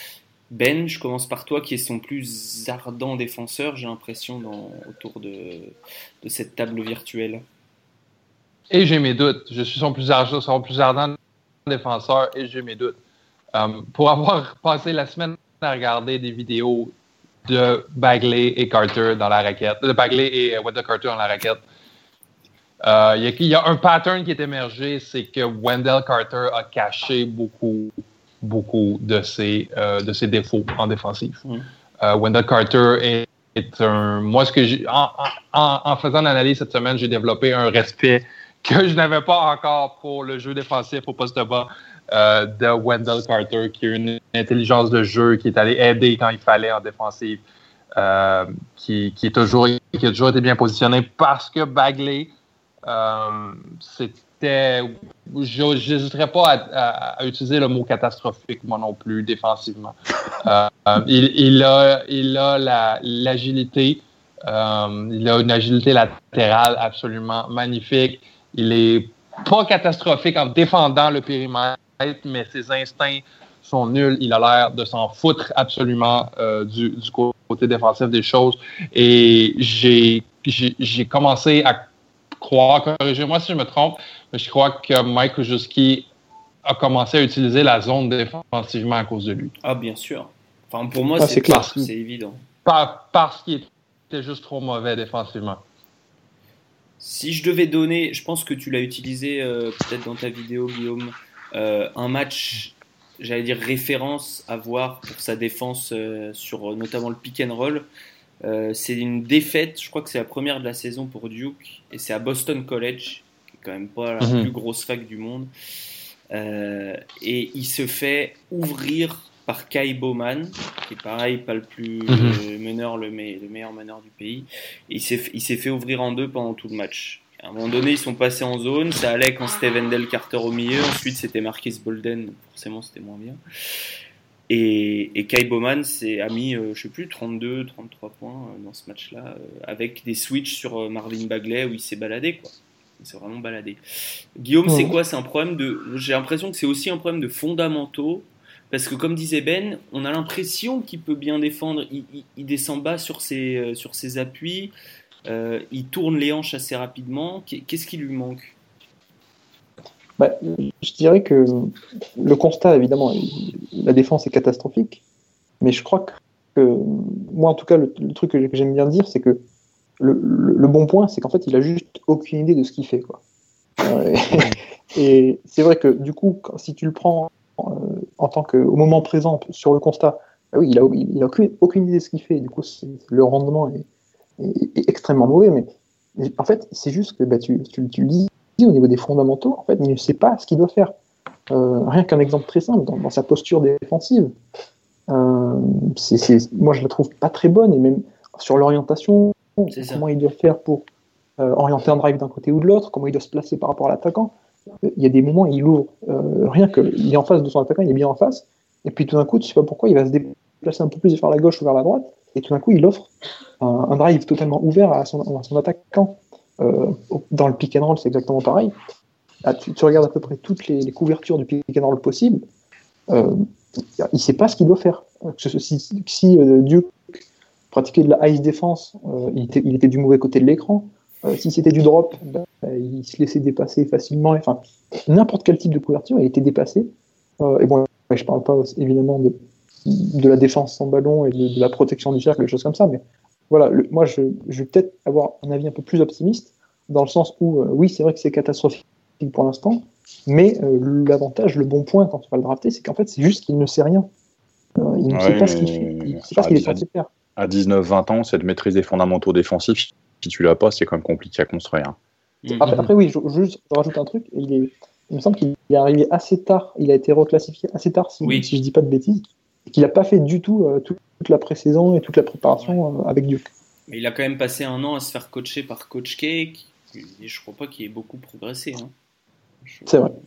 S3: Ben, je commence par toi, qui est son plus ardent défenseur, j'ai l'impression, dans, autour de, de cette table virtuelle.
S5: Et j'ai mes doutes. Je suis son plus ardent, son plus ardent défenseur et j'ai mes doutes. Um, pour avoir passé la semaine à regarder des vidéos de Bagley et Carter dans la raquette, de Bagley et Wendell Carter dans la raquette, euh, il, y a, il y a un pattern qui est émergé, c'est que Wendell Carter a caché beaucoup, beaucoup de ses, euh, de ses défauts en défensive. Mm. Euh, Wendell Carter est, est un... Moi, ce que j'ai, en, en, en faisant l'analyse cette semaine, j'ai développé un respect que je n'avais pas encore pour le jeu défensif au poste bas euh, de Wendell Carter, qui a une intelligence de jeu, qui est allé aider quand il fallait en défensive, euh, qui, qui, est toujours, qui a toujours été bien positionné parce que Bagley, euh, c'était... Je n'hésiterais pas à, à, à utiliser le mot catastrophique, moi non plus, défensivement. Euh, il, il a, il a la, l'agilité, euh, il a une agilité latérale absolument magnifique. Il est pas catastrophique en défendant le périmètre, mais ses instincts sont nuls. Il a l'air de s'en foutre absolument euh, du, du côté défensif des choses. Et j'ai, j'ai, j'ai commencé à croire, corrigez-moi si je me trompe, mais je crois que Mike Krzyzewski a commencé à utiliser la zone défensivement à cause de lui.
S3: Ah, bien sûr. Enfin, pour moi,
S4: ah,
S3: c'est,
S4: c'est clair.
S3: c'est, c'est évident.
S5: Par, parce qu'il était juste trop mauvais défensivement.
S3: Si je devais donner, je pense que tu l'as utilisé euh, peut-être dans ta vidéo, Guillaume, euh, un match, j'allais dire référence à voir pour sa défense euh, sur notamment le pick and roll. Euh, c'est une défaite, je crois que c'est la première de la saison pour Duke, et c'est à Boston College, qui est quand même pas la mm-hmm. plus grosse fac du monde. Euh, et il se fait ouvrir par Kai Bowman, qui est pareil, pas le plus mm-hmm. le meneur, le, me- le meilleur meneur du pays. Et il s'est, il s'est fait ouvrir en deux pendant tout le match. À un moment donné, ils sont passés en zone, ça allait quand c'était Wendell Carter au milieu, ensuite c'était Marquis Bolden, forcément c'était moins bien. Et, et Kai Bowman c'est, a mis, euh, je sais plus, trente-deux, trente-trois points euh, dans ce match-là, euh, avec des switches sur euh, Marvin Bagley où il s'est baladé, quoi. Il s'est vraiment baladé. Guillaume, mmh. c'est quoi ? C'est un problème de. J'ai l'impression que c'est aussi un problème de fondamentaux. Parce que comme disait Ben, on a l'impression qu'il peut bien défendre, il, il, il descend bas sur ses, euh, sur ses appuis, euh, il tourne les hanches assez rapidement. Qu'est-ce qui lui manque ?
S4: bah, Je dirais que le constat, évidemment, la défense est catastrophique, mais je crois que, moi en tout cas, le, le truc que j'aime bien dire, c'est que le, le, le bon point, c'est qu'en fait, il a juste aucune idée de ce qu'il fait, quoi. Euh, et, et c'est vrai que du coup, quand, si tu le prends en tant qu'au moment présent sur le constat, bah oui, il a, il a aucune, aucune idée de ce qu'il fait, du coup c'est, le rendement est, est, est extrêmement mauvais, mais, mais en fait c'est juste que bah, tu, tu, tu le dis au niveau des fondamentaux, en fait il ne sait pas ce qu'il doit faire. Euh, rien qu'un exemple très simple, dans, dans sa posture défensive, euh, c'est, c'est, moi je la trouve pas très bonne, et même sur l'orientation, c'est comment ça. Il doit faire pour euh, orienter un drive d'un côté ou de l'autre, comment il doit se placer par rapport à l'attaquant. Il y a des moments où il ouvre, euh, rien qu'il est en face de son attaquant, il est bien en face, et puis tout d'un coup, tu sais pas pourquoi, il va se déplacer un peu plus vers la gauche ou vers la droite, et tout d'un coup, il offre un, un drive totalement ouvert à son, à son attaquant. Euh, dans le pick and roll, c'est exactement pareil. Là, tu, tu regardes à peu près toutes les, les couvertures du pick and roll possible, euh, il sait pas ce qu'il doit faire. Si, si euh, Duke pratiquait de la ice défense, euh, il, était, il était du mauvais côté de l'écran. Euh, si c'était du drop, bah, il se laissait dépasser facilement. Enfin, n'importe quel type de couverture, il était dépassé. Euh, et bon, je parle pas évidemment de, de la défense sans ballon et de, de la protection du cercle, des choses comme ça, mais voilà, le, moi je, je vais peut-être avoir un avis un peu plus optimiste, dans le sens où, euh, oui, c'est vrai que c'est catastrophique pour l'instant, mais euh, l'avantage, le bon point quand on va le drafter, c'est qu'en fait, c'est juste qu'il ne sait rien. Euh, il ne ouais, sait pas ce qu'il fait, il ne sait pas ce qu'il est censé faire.
S6: À dix-neuf vingt ans, c'est de maîtriser les fondamentaux défensifs. Si tu l'as pas, c'est quand même compliqué à construire.
S4: Mm-hmm. Après, après, oui, je, je, je rajoute un truc. Il, est, il me semble qu'il est arrivé assez tard. Il a été reclassifié assez tard, si, oui. si je dis pas de bêtises, et qu'il n'a pas fait du tout euh, toute, toute la pré-saison et toute la préparation ouais. euh, avec Duke.
S3: Mais il a quand même passé un an à se faire coacher par Coach K. Qui, je crois pas qu'il ait beaucoup progressé. Hein. Je,
S4: c'est vrai.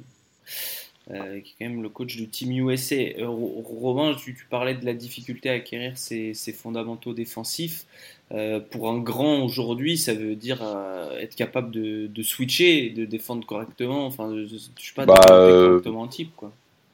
S3: Euh, qui est quand même le coach du Team U S A. Euh, Romain, tu, tu parlais de la difficulté à acquérir ses, ses fondamentaux défensifs. Euh, pour un grand aujourd'hui, ça veut dire euh, être capable de, de switcher, de défendre correctement, enfin, de, de, je sais pas, de
S6: bah,
S3: défendre correctement un type, quoi.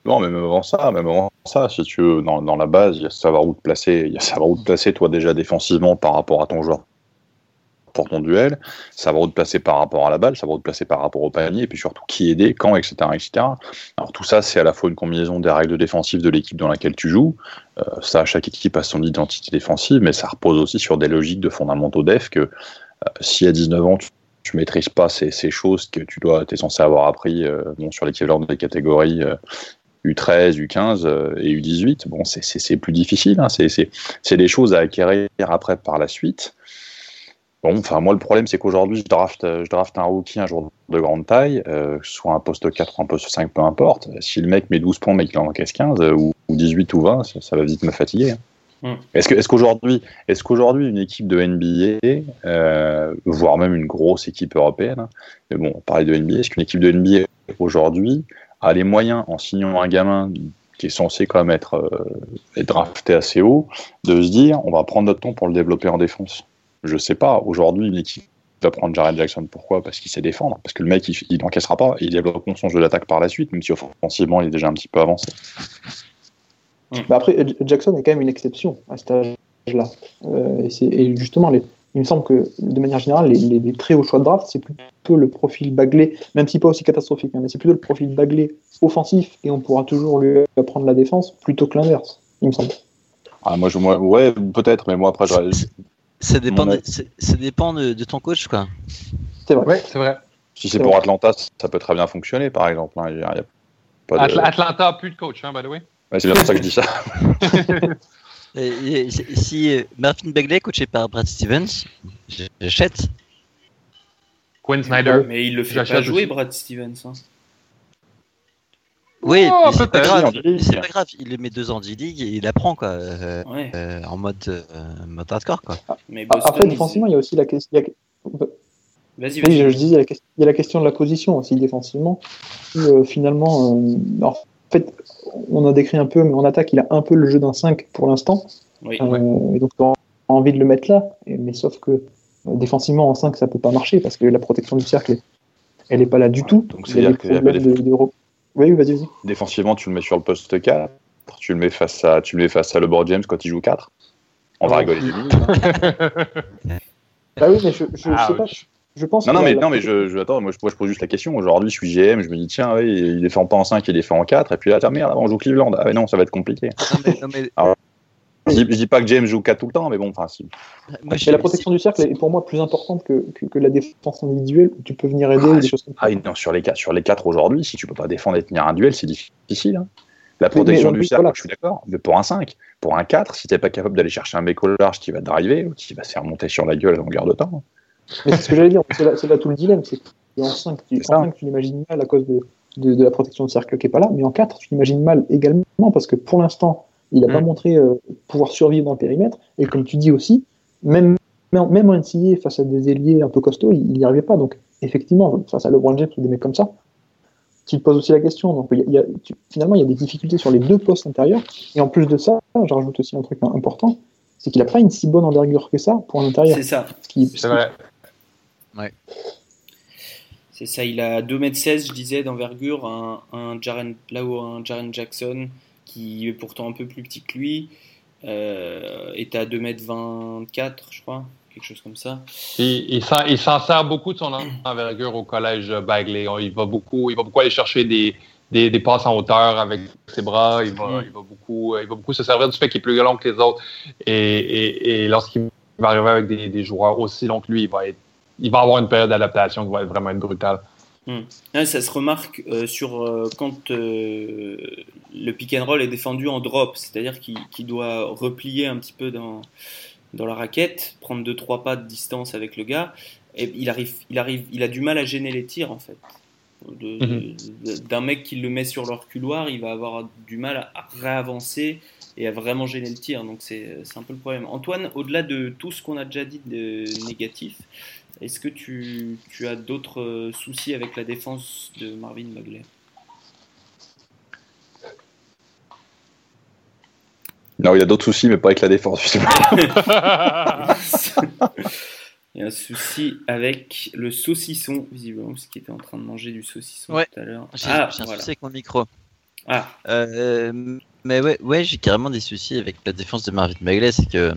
S6: Non, mais même avant ça, même avant ça, si tu veux, dans, dans la base, il y a savoir où te placer, il y a savoir où te placer, toi, déjà défensivement par rapport à ton joueur pour ton duel, savoir où te placer par rapport à la balle, savoir où te placer par rapport au panier, et puis surtout qui aider, quand, et cetera, et cetera. Alors tout ça, c'est à la fois une combinaison des règles défensives de l'équipe dans laquelle tu joues. Euh, ça, chaque équipe a son identité défensive, mais ça repose aussi sur des logiques de fondamentaux def que euh, si à dix-neuf ans, tu tu maîtrises pas ces, ces choses que tu dois, t'es censé avoir appris euh, bon, sur l'équivalent des catégories euh, U treize, U quinze euh, et U dix-huit, bon, c'est, c'est, c'est plus difficile, hein, c'est, c'est, c'est des choses à acquérir après par la suite. Bon, enfin, moi, le problème, c'est qu'aujourd'hui, je draft, je draft un rookie, un joueur de grande taille, euh, soit un poste quatre ou un poste cinq, peu importe. Si le mec met douze points, mais qu'il en encaisse quinze, euh, ou, ou dix-huit ou vingt, ça, ça va vite me fatiguer. Hein. Mm. Est-ce, que, est-ce, qu'aujourd'hui, est-ce qu'aujourd'hui, une équipe de N B A, euh, voire même une grosse équipe européenne, hein, mais bon, on parlait de N B A, est-ce qu'une équipe de N B A, aujourd'hui, a les moyens, en signant un gamin qui est censé quand même être, euh, être drafté assez haut, de se dire, on va prendre notre temps pour le développer en défense? Je sais pas. Aujourd'hui, une équipe va prendre Jaren Jackson. Pourquoi ? Parce qu'il sait défendre. Parce que le mec, il n'encaissera pas. Il développe son jeu d'attaque par la suite, même si offensivement, il est déjà un petit peu avancé.
S4: Bah après, Jackson est quand même une exception à cet âge-là. Euh, et, c'est, et justement, les, il me semble que, de manière générale, les, les, les très hauts choix de draft, c'est plutôt le profil Bagley, même si pas aussi catastrophique, hein, mais c'est plutôt le profil Bagley offensif, et on pourra toujours lui apprendre la défense, plutôt que l'inverse, il me semble.
S6: Ah, moi, je, moi, ouais, peut-être, mais moi, après, je...
S7: Ça dépend, de, ça dépend de, de ton coach, quoi.
S4: C'est vrai.
S5: Oui, c'est vrai.
S6: Si c'est, c'est pour vrai. Atlanta, ça peut très bien fonctionner, par exemple. Hein. Il y a, il y a
S5: pas de... Atl- Atlanta a plus de coach, hein, by the way.
S6: Ouais, c'est bien pour ça que je dis ça.
S7: et, et, si Marvin Bagley, coaché par Brad Stevens, j'achète.
S5: Quinn Snyder.
S3: Mais il le fait j'achète pas jouer, aussi. Brad Stevens. Hein.
S7: Oui, oh, c'est, pas grave, c'est pas grave, il le met deux ans de D-League et il apprend quoi, euh, ouais. euh, en mode, euh, mode hardcore quoi.
S4: Ah, mais Boston, après, défensivement, il y a aussi la question.
S3: Vas-y, vas-y.
S4: Oui, je, je dis, il y, a la, il y a la question de la position aussi défensivement. Euh, finalement, euh, alors, en fait, on a décrit un peu, mais en attaque, il a un peu le jeu d'un cinq pour l'instant.
S3: Oui,
S4: euh,
S3: ouais.
S4: Et donc, on a envie de le mettre là, et, mais sauf que euh, défensivement, en cinq, ça peut pas marcher parce que la protection du cercle, elle est pas là du tout.
S6: Donc, c'est il y a des problèmes
S4: de, de, de... Oui, vas-y, vas-y.
S6: Défensivement, tu le mets sur le poste quatre, tu le mets face à, tu le mets face à LeBron James quand il joue quatre. On va oh. rigoler.
S4: Ah oui, mais je, je ah, sais pas. Je, je pense.
S6: Non, non, mais non, mais je, je attends. Moi, je, moi, je pose juste la question. Aujourd'hui, je suis G M. Je me dis, tiens, oui, il défend pas en cinq, il défend en quatre. Et puis là, tiens, merde, on joue Cleveland. Ah, mais non, ça va être compliqué. Non, mais, non, mais... Alors, je, dis, je dis pas que James joue quatre tout le temps, mais bon, enfin, si.
S4: Moi, mais la protection du cercle est pour moi plus importante que, que, que la défense individuelle où tu peux venir aider
S6: ah,
S4: ou des choses comme ça.
S6: Ah, non, sur les quatre, sur les quatre aujourd'hui, si tu peux pas défendre et tenir un duel, c'est difficile. Hein. La protection mais, mais, du cercle, voilà. Je suis d'accord, mais pour un cinq, pour un quatre, si t'es pas capable d'aller chercher un mec au large qui va te driver ou qui va se faire monter sur la gueule à longueur de temps.
S4: Mais c'est ce que j'allais dire, c'est là, c'est là tout le dilemme, c'est qu'en cinq, tu, en cinq, tu l'imagines mal à cause de, de, de la protection de cercle qui est pas là, mais en quatre, tu l'imagines mal également parce que pour l'instant, il n'a mmh. pas montré euh, pouvoir survivre dans le périmètre, et comme tu dis aussi, même, même en N C A A face à des ailiers un peu costauds, il n'y arrivait pas, donc effectivement, face à LeBron James ou des mecs comme ça, tu te poses aussi la question. Donc, il y a, il y a, tu, finalement, il y a des difficultés sur les deux postes intérieurs. Et en plus de ça, je rajoute aussi un truc important, c'est qu'il n'a pas une si bonne envergure que ça pour un intérieur.
S3: C'est ça.
S4: Ce qui,
S5: c'est vrai.
S7: Ouais.
S3: C'est ça. Il a deux mètres seize, je disais, d'envergure. Un, un Jaren, là où un Jaren Jackson, qui est pourtant un peu plus petit que lui, euh, est à deux mètres vingt-quatre, je crois. Quelque chose comme ça.
S5: Et, il, s'en, il s'en sert beaucoup de son envergure au collège Bagley. Il va beaucoup, il va beaucoup aller chercher des, des, des passes en hauteur avec ses bras. Il va, mm. il va beaucoup, il va beaucoup se servir du fait qu'il est plus long que les autres. Et, et, et lorsqu'il va arriver avec des, des joueurs aussi longs que lui, il va, être, il va avoir une période d'adaptation qui va être vraiment être brutale.
S3: Mm. Ouais, ça se remarque euh, sur euh, quand euh, le pick and roll est défendu en drop, c'est-à-dire qu'il, qu'il doit replier un petit peu dans dans la raquette, prendre deux trois pas de distance avec le gars, et il arrive, il arrive, il a du mal à gêner les tirs en fait. De, mm-hmm. D'un mec qui le met sur leur couloir, il va avoir du mal à réavancer et à vraiment gêner le tir. Donc c'est, c'est un peu le problème. Antoine, au-delà de tout ce qu'on a déjà dit de négatif, est-ce que tu, tu as d'autres soucis avec la défense de Marvin Bagley ?
S6: Non, il y a d'autres soucis, mais pas avec la défense.
S3: Il y a un souci avec le saucisson, visiblement, parce qu'il était en train de manger du saucisson
S7: ouais.
S3: tout à l'heure.
S7: J'ai, ah, j'ai un voilà. souci avec mon micro.
S3: Ah,
S7: Euh, mais ouais, ouais, j'ai carrément des soucis avec la défense de Marvin Bagley, c'est que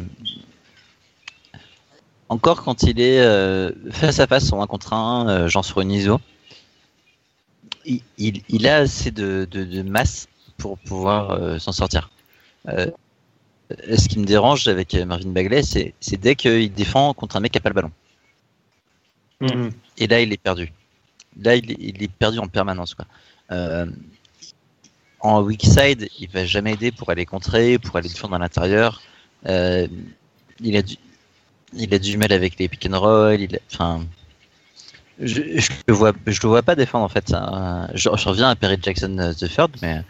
S7: encore quand il est euh, face à face en un contre un, euh, genre sur une I S O, il, il, il a assez de, de, de masse pour pouvoir euh, s'en sortir. Euh, ce qui me dérange avec Marvin Bagley, c'est, c'est dès qu'il défend contre un mec qui n'a pas le ballon.
S5: Mhm.
S7: Et là, il est perdu. Là, il est, il est perdu en permanence, quoi. Euh, en weak side, il va jamais aider pour aller contrer, pour aller défendre à l'intérieur. Euh, il a du, il a du mal avec les pick and roll. Il a, enfin, je, je le vois, je le vois pas défendre en fait. Hein. Je, je reviens à Perry Jackson euh, the Third, mais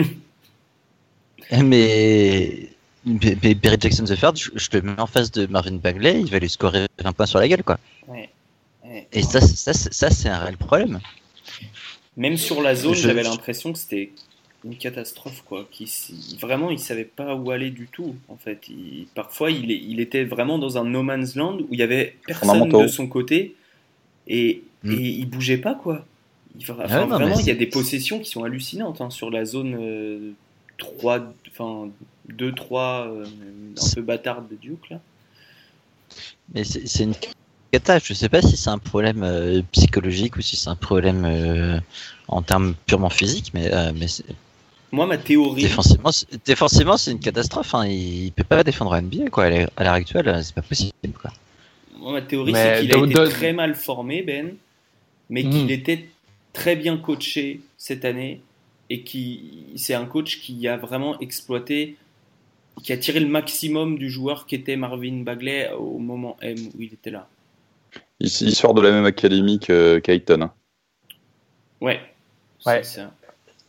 S7: mais, mais Perry Jackson the Third, je, je le mets en face de Marvin Bagley, il va lui scorer vingt points sur la gueule, quoi.
S3: ouais. ouais.
S7: Et ça, ça, ça, ça c'est un réel problème.
S3: Même sur la zone,
S7: Je-
S3: j'avais
S7: je-
S3: l'impression que c'était une catastrophe, quoi. Qu'il, il- vraiment, il savait pas où aller du tout. En fait, il- parfois, il, est- il était vraiment dans un no man's land où il y avait personne
S6: Fondamentaux.
S3: de son côté et,
S7: Mm.
S3: et il bougeait pas, quoi. Il, enfin,
S7: Ah ouais, non,
S3: vraiment,
S7: mais
S3: il y a
S7: c'est-
S3: des possessions qui sont hallucinantes hein, sur la zone euh, trois, enfin deux trois, euh, un
S7: C'est-
S3: peu bâtarde de Duke là.
S7: Mais c'est, c'est une cata. Je sais pas si c'est un problème euh, psychologique ou si c'est un problème euh, en termes purement physiques, mais, euh, mais c'est-
S3: Moi, ma théorie,
S7: défensivement, c'est, défensivement, c'est une catastrophe. Hein. Il, il peut pas défendre en N B A, quoi. À l'heure à l'heure actuelle, c'est pas possible, quoi.
S3: moi, ma théorie,
S5: Mais
S3: c'est qu'il a
S5: de-
S3: été
S5: de-
S3: très mal formé, Ben, mais
S5: Mm.
S3: qu'il était très bien coaché cette année et qui c'est un coach qui a vraiment exploité, qui a tiré le maximum du joueur qu'était Marvin Bagley au moment M où il était là.
S6: Il, il sort de la même académie que qu'Ayton. Hein.
S3: Ouais.
S5: Ouais.
S3: C'est ça.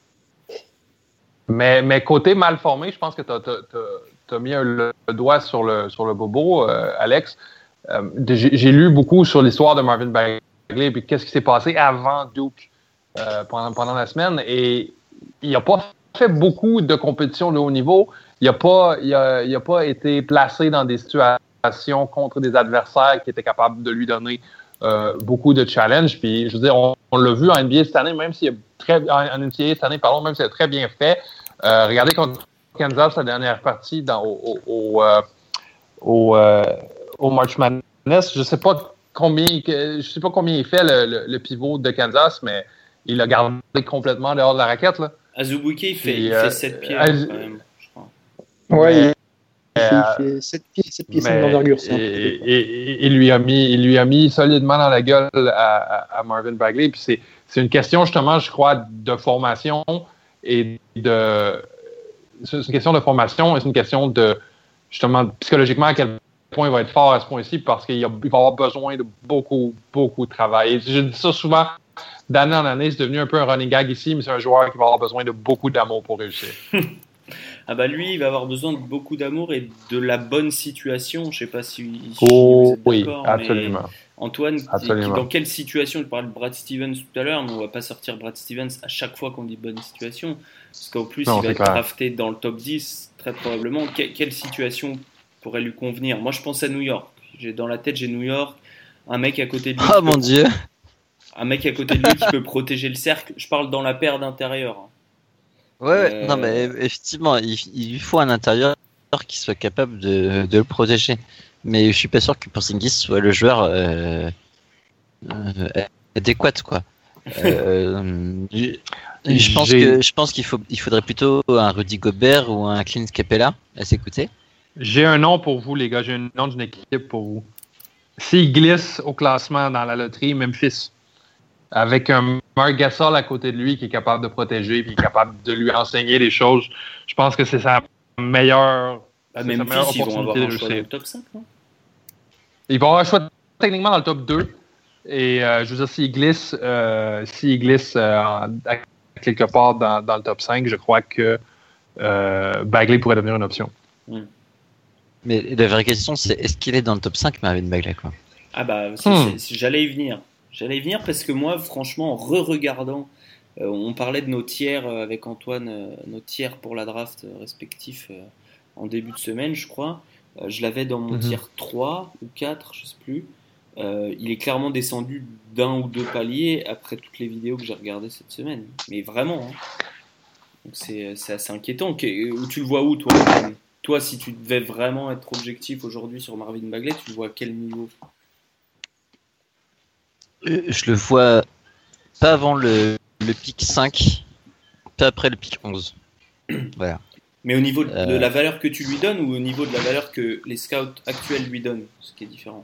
S5: Mais, mais côté mal formé, je pense que tu as mis un- le doigt sur le, sur le bobo, euh, Alex. Euh, de- j'ai j'ai lu beaucoup sur l'histoire de Marvin Bagley et puis qu'est-ce qui s'est passé avant Duke euh, pendant, pendant la semaine. Et il n'a pas fait beaucoup de compétitions de haut niveau. Il n'a pas, il a, il a pas été placé dans des situations contre des adversaires qui étaient capables de lui donner euh, beaucoup de challenges. Puis, je veux dire, on, on l'a vu en N B A cette année, même s'il a très, en N C A A cette année, pardon, même s'il a très bien fait. Euh, regardez contre Kansas, la dernière partie dans, au, au, au, euh, au, euh, au March Madness. Je sais pas combien, je sais pas combien il fait le, le, le pivot de Kansas, mais il l'a gardé complètement dehors de la raquette. Là.
S3: Azubuike, il fait,
S5: Puis,
S3: il
S5: euh,
S3: fait sept pieds
S5: Az-
S3: quand même, je crois.
S4: Ouais,
S5: Mais-
S4: il, il fait,
S5: euh,
S4: il fait sept pieds, sept pieds, cinq
S5: Mais-
S4: d'envergure. c'est un peu
S5: et,
S4: peu, quoi.
S5: et- et- il lui a mis, il lui a mis solidement dans la gueule à, à- à Marvin Bagley. Puis c'est, c'est une question justement, je crois, de formation et de. C'est une question de formation et c'est une question de justement psychologiquement à quel point il va être fort à ce point-ci parce qu'il a- il va avoir besoin de beaucoup, beaucoup de travail. Et je dis ça souvent d'année en année, c'est devenu un peu un running gag ici, mais c'est un joueur qui va avoir besoin de beaucoup d'amour pour réussir.
S3: Ah bah lui, il va avoir besoin de beaucoup d'amour et de la bonne situation. Je sais pas si, si
S5: Oh,
S3: vous êtes
S5: oui,
S3: d'accord, mais
S5: absolument.
S3: Antoine, qui-
S5: Absolument.
S3: qui- dans quelle situation, tu parlais de Brad Stevens tout à l'heure, mais on va pas sortir Brad Stevens à chaque fois qu'on dit bonne situation, parce qu'en plus
S5: Non,
S3: il va
S5: c'est
S3: être
S5: clair.
S3: drafté dans le top dix, très probablement. Que- quelle situation pourrait lui convenir? Moi je pense à New York. J'ai, dans la tête j'ai New York, un mec à côté de lui,
S7: Oh
S3: qui
S7: mon
S3: peut-
S7: dieu.
S3: un mec à côté de lui qui peut protéger le cercle. Je parle dans la paire d'intérieur.
S7: Ouais, ouais.
S3: Euh,
S7: Non, mais effectivement, il, il lui faut un intérieur qui soit capable de, de le protéger. Mais je suis pas sûr que Porzingis soit le joueur euh, euh, adéquat, quoi. Euh, je, je pense
S5: J'ai-
S7: que je pense qu'il faut il faudrait plutôt un Rudy Gobert ou un Clint Capella à s'écouter.
S5: J'ai un nom pour vous, les gars. J'ai un nom d'une équipe pour vous. S'il glisse au classement dans la loterie, Memphis, avec un Marc Gasol à côté de lui qui est capable de protéger et qui est capable de lui enseigner des choses, je pense que c'est sa meilleure,
S3: Ah,
S5: c'est
S3: même
S5: sa
S3: Memphis,
S5: meilleure
S3: ils vont avoir
S5: opportunité de
S3: un choix dans
S5: réussir.
S3: le top cinq, non?
S5: Il va avoir un choix techniquement dans le top deux. Et euh, je veux dire, s'il glisse, euh, s'il glisse euh, en- à quelque part dans, dans le top cinq, je crois que euh, Bagley pourrait devenir une option.
S7: Mais la vraie question, c'est est-ce qu'il est dans le top cinq, Marvin Bagley, quoi.
S3: Ah bah, c'est-
S5: Hmm.
S3: c'est- c'est- j'allais y venir. J'allais y venir parce que moi, franchement, en re-regardant, euh, on parlait de nos tiers euh, avec Antoine, euh, nos tiers pour la draft euh, respectifs euh, en début de semaine, je crois. Euh, je l'avais dans mon
S5: Mhm.
S3: tiers trois ou quatre, je sais plus. Euh, il est clairement descendu d'un ou deux paliers après toutes les vidéos que j'ai regardées cette semaine. Mais vraiment, hein. Donc c'est, c'est assez inquiétant. Où tu le vois où, toi? Toi, si tu devais vraiment être objectif aujourd'hui sur Marvin Bagley, tu le vois à quel niveau?
S7: Je le vois pas avant le, le pick cinq, pas après le pick onze. Voilà.
S3: Mais au niveau de,
S7: Euh...
S3: de la valeur que tu lui donnes ou au niveau de la valeur que les scouts actuels lui donnent, ce qui est différent?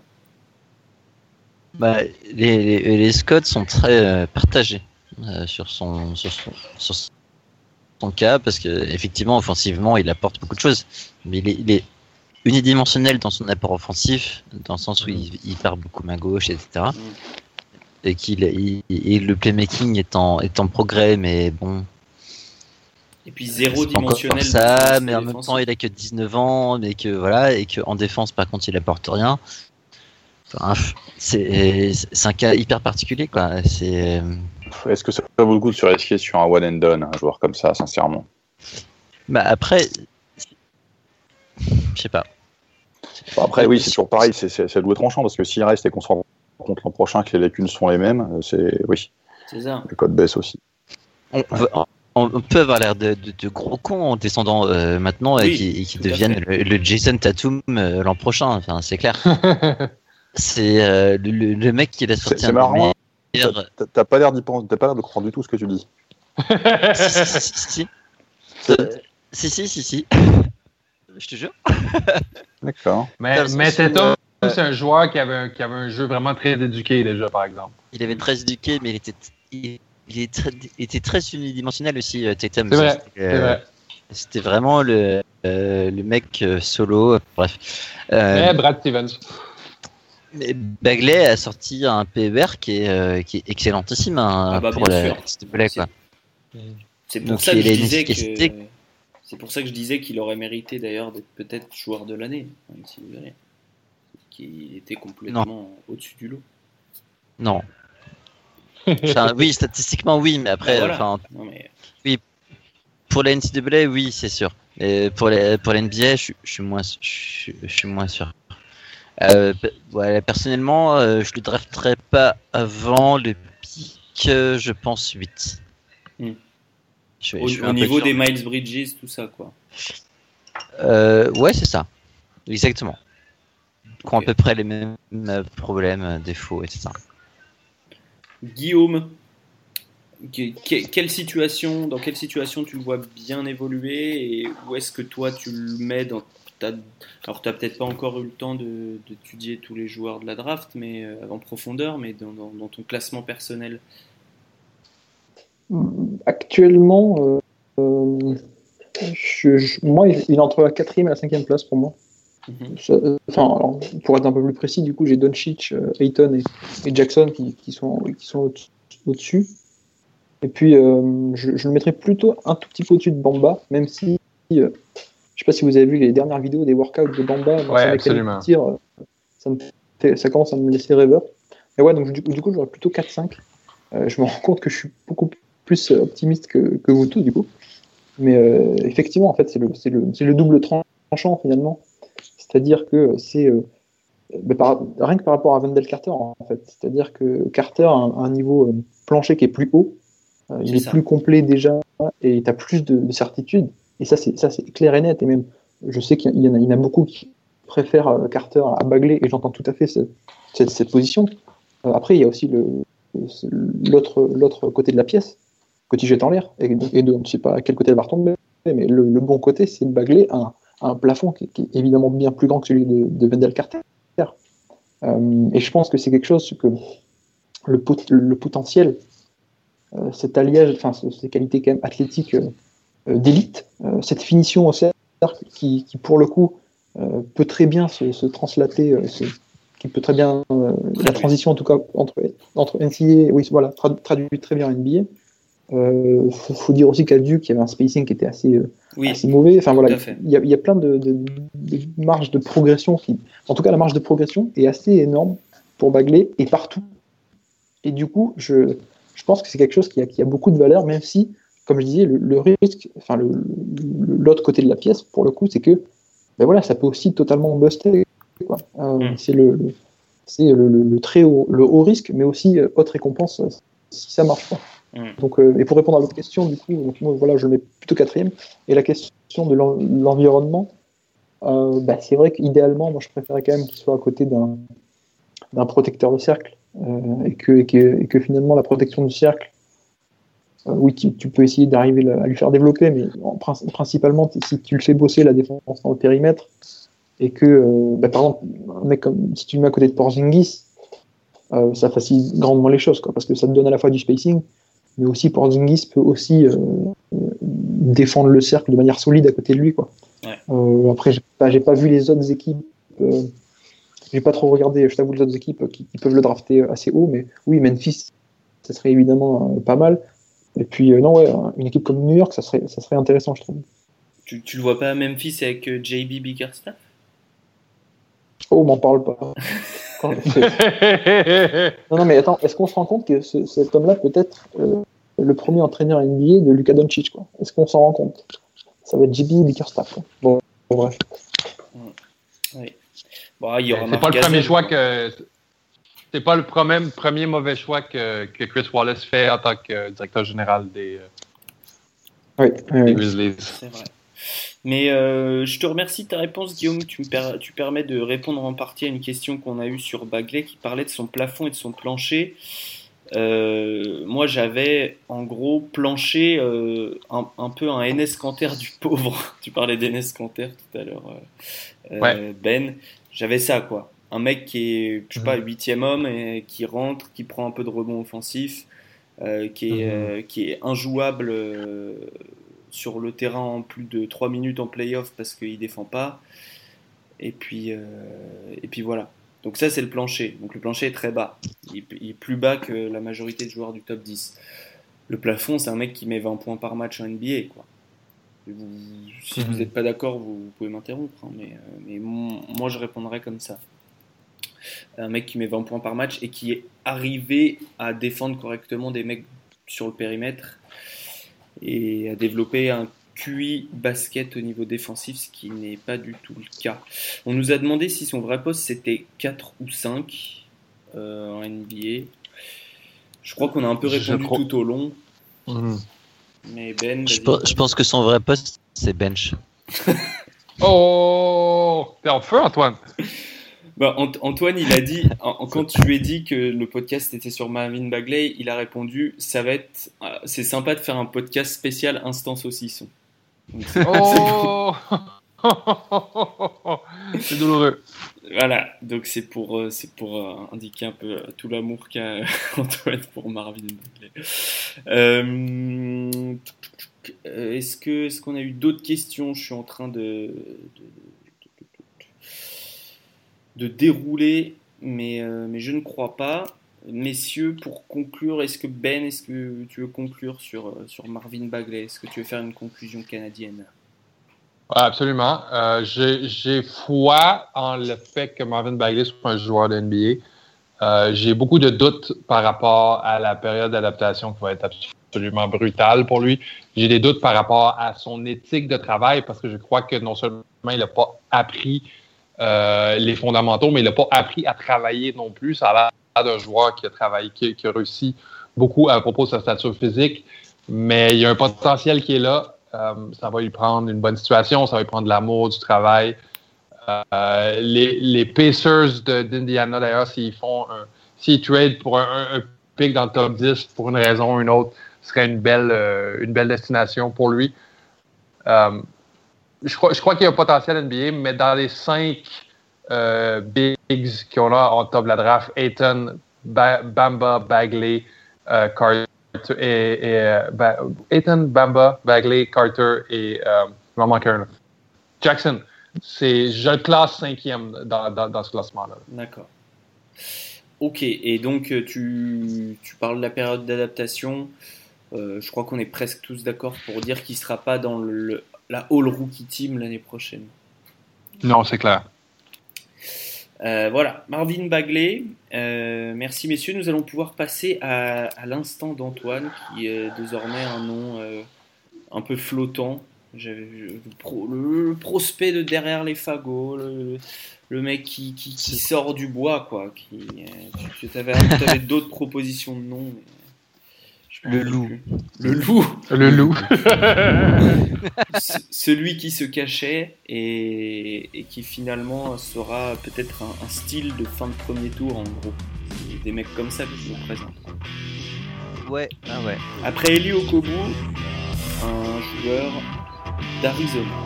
S7: Bah, les, les, les scouts sont très euh, partagés euh, sur, son, sur, son, sur son cas, parce qu'effectivement, offensivement, il apporte beaucoup de choses. Mais il est, il est unidimensionnel dans son apport offensif, dans le sens où mmh. il, il part beaucoup main gauche, et cetera. Mmh. Et qu'il il, il, le playmaking est en, est en progrès, mais bon.
S3: Et puis zéro dimensionnel.
S7: Ça, mais en même temps, il a que dix-neuf ans, mais que voilà, et qu'en défense, par contre, il apporte rien. Enfin, c'est, c'est un cas hyper particulier, quoi. C'est.
S6: Est-ce que ça vaut beaucoup de se risquer sur un one and done, un joueur comme ça, sincèrement?
S7: Bah après, je sais pas.
S6: Bon, après, oui, c'est toujours pareil, c'est, c'est, c'est le double tranchant, parce que s'il reste et qu'on se rend compte l'an prochain que les lacunes sont les mêmes, c'est oui.
S3: C'est ça.
S6: Le code baisse aussi.
S7: On, on, on peut avoir l'air de, de, de gros cons en descendant euh, maintenant oui, et qui, et qui deviennent le, le Jason Tatum euh, l'an prochain. Enfin, c'est clair. c'est euh, le, le mec qui a sorti
S6: c'est, c'est un marrant. Meilleurs... T'as, t'as pas l'air d'y penser, t'as pas l'air de comprendre du tout ce que tu dis.
S7: si, si, si, si, si. Euh, si, si, si, si. Je te jure.
S6: D'accord.
S5: Mais, mais Tatum, euh, c'est un joueur qui avait, un, qui avait un jeu vraiment très éduqué déjà, par exemple.
S7: Il avait très éduqué, mais il était, il, il est très, il était très unidimensionnel aussi, Tatum.
S5: C'est vrai.
S7: C'était, euh,
S5: c'est vrai.
S7: C'était vraiment le, euh, le mec euh, solo. Bref.
S5: Euh, mais Brad Stevens.
S7: Mais Bagley a sorti un P E R qui est, euh, qui est excellentissime hein,
S3: ah bah,
S7: pour la
S3: sûr.
S7: Play, quoi.
S3: C'est, c'est pour
S7: Donc,
S3: ça que je disais que
S7: efficacité...
S3: c'est pour ça que je disais qu'il aurait mérité d'ailleurs d'être peut-être joueur de l'année, même si vous verrez, qu'il était complètement non. au-dessus du lot.
S7: Non. Enfin, oui, statistiquement oui, mais après,
S3: voilà.
S7: enfin,
S3: non, mais...
S7: oui, pour la N C A A, oui, c'est sûr. Et pour la pour l'N B A, je, je suis moins, je, je suis moins sûr. Euh, ouais, personnellement, euh, je le drafterais pas avant le pick, euh, je pense huit.
S3: Mm.
S7: Je,
S3: au
S7: je
S3: au niveau des Miles Bridges, tout ça, quoi.
S7: Euh, ouais, c'est ça. Exactement. Qui ont
S3: okay.
S7: à peu près les mêmes problèmes, défauts, et cetera.
S3: Guillaume, que, quelle situation, dans quelle situation tu le vois bien évoluer et où est-ce que toi tu le mets dans ta... Alors tu n'as peut-être pas encore eu le temps de, d'étudier tous les joueurs de la draft mais euh, en profondeur, mais dans, dans, dans ton classement personnel.
S4: Actuellement, euh, euh, je, je, moi il est entre la quatrième et la cinquième place pour moi. Mm-hmm. Ça, enfin, alors, pour être un peu plus précis, du coup j'ai Doncic, euh, Ayton et, et Jackson qui, qui sont, qui sont au- au-dessus. Et puis euh, je, je le mettrais plutôt un tout petit peu au-dessus de Bamba, même si euh, je sais pas si vous avez vu les dernières vidéos des workouts de Bamba,
S5: ouais, absolument.
S4: Tir, ça, me fait, ça commence à me laisser rêveur. Et ouais, donc du, du coup j'aurais plutôt quatre cinq. Euh, je me rends compte que je suis beaucoup plus optimiste que, que vous tous du coup. Mais euh, effectivement, en fait, c'est le, c'est, le, c'est le double tranchant finalement. C'est-à-dire que c'est euh, par, rien que par rapport à Wendell Carter en fait. C'est-à-dire que Carter a un, un niveau euh, plancher qui est plus haut, euh, il est, est plus complet déjà et tu as plus de, de certitude. Et ça c'est, ça, c'est clair et net. Et même, je sais qu'il y en a, il y en a beaucoup qui préfèrent euh, Carter à Bagley et j'entends tout à fait cette, cette, cette position. Euh, après, il y a aussi le, l'autre, l'autre côté de la pièce que tu jettes en l'air. Et, et de, je ne sais pas à quel côté elle va retomber, mais le, le bon côté, c'est de Bagley un un plafond qui, qui est évidemment bien plus grand que celui de, de Wendell Carter. Euh, et je pense que c'est quelque chose que le, pot, le potentiel, euh, cet alliage, enfin ces qualités quand même athlétiques euh, d'élite, euh, cette finition au cercle qui, qui pour le coup euh, peut très bien se, se translater, euh, se, qui peut très bien euh, la transition en tout cas entre entre N C A A, oui voilà, tradu, traduit très bien en N B A. Euh, faut, faut dire aussi qu'à Duke, il y avait un spacing qui était assez, euh, oui, assez mauvais. Enfin voilà, il y, a, il y a plein de, de, de marges de progression qui, en tout cas, la marge de progression est assez énorme pour Bagley et partout. Et du coup, je, je pense que c'est quelque chose qui a, qui a beaucoup de valeur, même si, comme je disais, le, le risque, enfin le, le, l'autre côté de la pièce, pour le coup, c'est que, ben voilà, ça peut aussi totalement buster. Quoi. Euh, mm. C'est le, c'est le, le, le très haut, le haut risque, mais aussi euh, haute récompense euh, si ça marche pas. Mmh. Donc, euh, et pour répondre à votre question, du coup, donc, moi, voilà, je le mets plutôt quatrième. Et la question de l'en- l'environnement, euh, bah, c'est vrai qu'idéalement, moi, je préférais quand même qu'il soit à côté d'un d'un protecteur de cercle, euh, et, que, et, que, et que finalement, la protection du cercle, euh, oui, tu, tu peux essayer d'arriver à lui faire développer, mais en, principalement, si tu le fais bosser la défense dans le périmètre, et que, euh, bah, par exemple, un mec comme, si tu le mets à côté de Porzingis, euh, ça facilite grandement les choses, quoi, parce que ça te donne à la fois du spacing, mais aussi Porzingis peut aussi euh, défendre le cercle de manière solide à côté de lui, quoi.
S3: Ouais.
S4: Euh, après, j'ai pas, j'ai pas vu les autres équipes, euh, j'ai pas trop regardé, je t'avoue, les autres équipes qui, qui peuvent le drafter assez haut, mais oui, Memphis, ça serait évidemment euh, pas mal. Et puis, euh, non, ouais, une équipe comme New York, ça serait, ça serait intéressant, je trouve.
S3: Tu, tu le vois pas à Memphis avec euh, J B Bickerstaff?
S4: Oh, m'en parle pas. non, non, mais attends, est-ce qu'on se rend compte que ce, cet homme-là peut être euh, le premier entraîneur N B A de Luka Doncic, quoi? Est-ce qu'on s'en rend compte? Ça va être J B Bickerstaff, quoi. Bon, bon, bref.
S3: Oui. Bon, il y aura
S5: c'est
S3: Marc
S5: pas le
S3: Gasol,
S5: premier choix
S3: quoi.
S5: que c'est pas le premier, premier mauvais choix que, que Chris Wallace fait en tant que directeur général des,
S4: oui,
S5: des
S4: oui.
S5: Grizzlies.
S3: C'est vrai. Mais euh, je te remercie de ta réponse, Guillaume. Tu me per- tu permets de répondre en partie à une question qu'on a eue sur Bagley qui parlait de son plafond et de son plancher. Euh, moi, j'avais en gros planché euh, un, un peu un Enes Kanter du pauvre. Tu parlais d'Enes Kanter tout à l'heure, euh,
S5: Ouais.
S3: Ben. J'avais ça, quoi. Un mec qui est, je sais
S5: Mhm.
S3: pas, huitième homme et qui rentre, qui prend un peu de rebond offensif, euh, qui, est,
S5: Mhm.
S3: euh, qui est injouable euh, sur le terrain en plus de trois minutes en play-off parce qu'il défend pas. Et puis, euh, et puis voilà. Donc ça, c'est le plancher. Donc le plancher est très bas. Il, il est plus bas que la majorité de joueurs du top dix. Le plafond, c'est un mec qui met vingt points par match en N B A, quoi. Vous, si
S5: Mhm.
S3: vous n'êtes pas d'accord, vous, vous pouvez m'interrompre, hein, mais, euh, mais mon- moi je répondrais comme ça. Un mec qui met vingt points par match et qui est arrivé à défendre correctement des mecs sur le périmètre et à développer un Q I basket au niveau défensif, ce qui n'est pas du tout le cas. On nous a demandé si son vrai poste c'était quatre ou cinq euh, en N B A. Je crois qu'on a un peu
S5: Je
S3: répondu
S5: crois-
S3: tout au long,
S5: Mhm.
S3: mais Ben...
S7: Je,
S3: vas-y.
S7: pe- je pense que son vrai poste, c'est bench.
S5: Oh! T'es en feu, Antoine?
S3: Bah, Ant- Antoine, il a dit, en- quand tu lui ai dit que le podcast était sur Marvin Bagley, il a répondu, ça va être, euh, c'est sympa de faire un podcast spécial Instant Saucisson. Donc, c'est-
S5: Oh! C'est douloureux.
S3: Voilà, donc c'est pour, euh, c'est pour euh, indiquer un peu euh, tout l'amour qu'a euh, Antoine pour Marvin Bagley. Euh, euh, est-ce que, est-ce qu'on a eu d'autres questions? Je suis en train de, de, de dérouler, mais, euh, mais je ne crois pas. Messieurs, pour conclure, est-ce que Ben, est-ce que tu veux conclure sur, euh, sur Marvin Bagley? Est-ce que tu veux faire une conclusion canadienne?
S5: Ouais, absolument. Euh, j'ai, j'ai foi en le fait que Marvin Bagley soit un joueur de N B A. Euh, j'ai beaucoup de doutes par rapport à la période d'adaptation qui va être absolument brutale pour lui. J'ai des doutes par rapport à son éthique de travail parce que je crois que non seulement il n'a pas appris euh, les fondamentaux, mais il n'a pas appris à travailler non plus. Ça a l'air d'un joueur qui a travaillé, qui, qui a réussi beaucoup à propos de sa stature physique, mais il y a un potentiel qui est là. Euh, ça va lui prendre une bonne situation, ça va lui prendre de l'amour, du travail. Euh, les, les Pacers de, d'Indiana, d'ailleurs, s'ils font un, s'ils trade pour un, un, un pick dans le top dix pour une raison ou une autre, ce serait une belle, euh, une belle destination pour lui. Euh, je, crois, je crois qu'il y a un potentiel N B A, mais dans les cinq euh, bigs qu'on a en top de la draft, Ayton, ba- Bamba, Bagley, euh, Carter, et, et euh, ba- Ayton, Bamba, Bagley, Carter et euh, il m'en manque un là. Jackson. C'est, je le classe cinquième dans, dans, dans ce classement-là.
S3: D'accord. Ok, et donc tu, tu parles de la période d'adaptation. Euh, je crois qu'on est presque tous d'accord pour dire qu'il ne sera pas dans le, la All Rookie Team l'année prochaine.
S5: Non, c'est clair.
S3: Euh, voilà, Marvin Bagley. Euh, merci messieurs. Nous allons pouvoir passer à, à l'instant d'Antoine, qui est désormais un nom euh, un peu flottant. J'avais, le, pro, le, le prospect de derrière les fagots, le, le mec qui, qui, qui sort du bois, quoi. Qui, euh, tu avais, d'autres propositions de noms, mais je
S7: Le loup.
S3: Le loup.
S5: Le loup.
S3: C- celui qui se cachait et, et qui finalement sera peut-être un, un style de fin de premier tour en gros. C'est des mecs comme ça que je vous présente.
S7: Ouais, ah ouais.
S3: Après Eli Okobo, un joueur d'Arizona.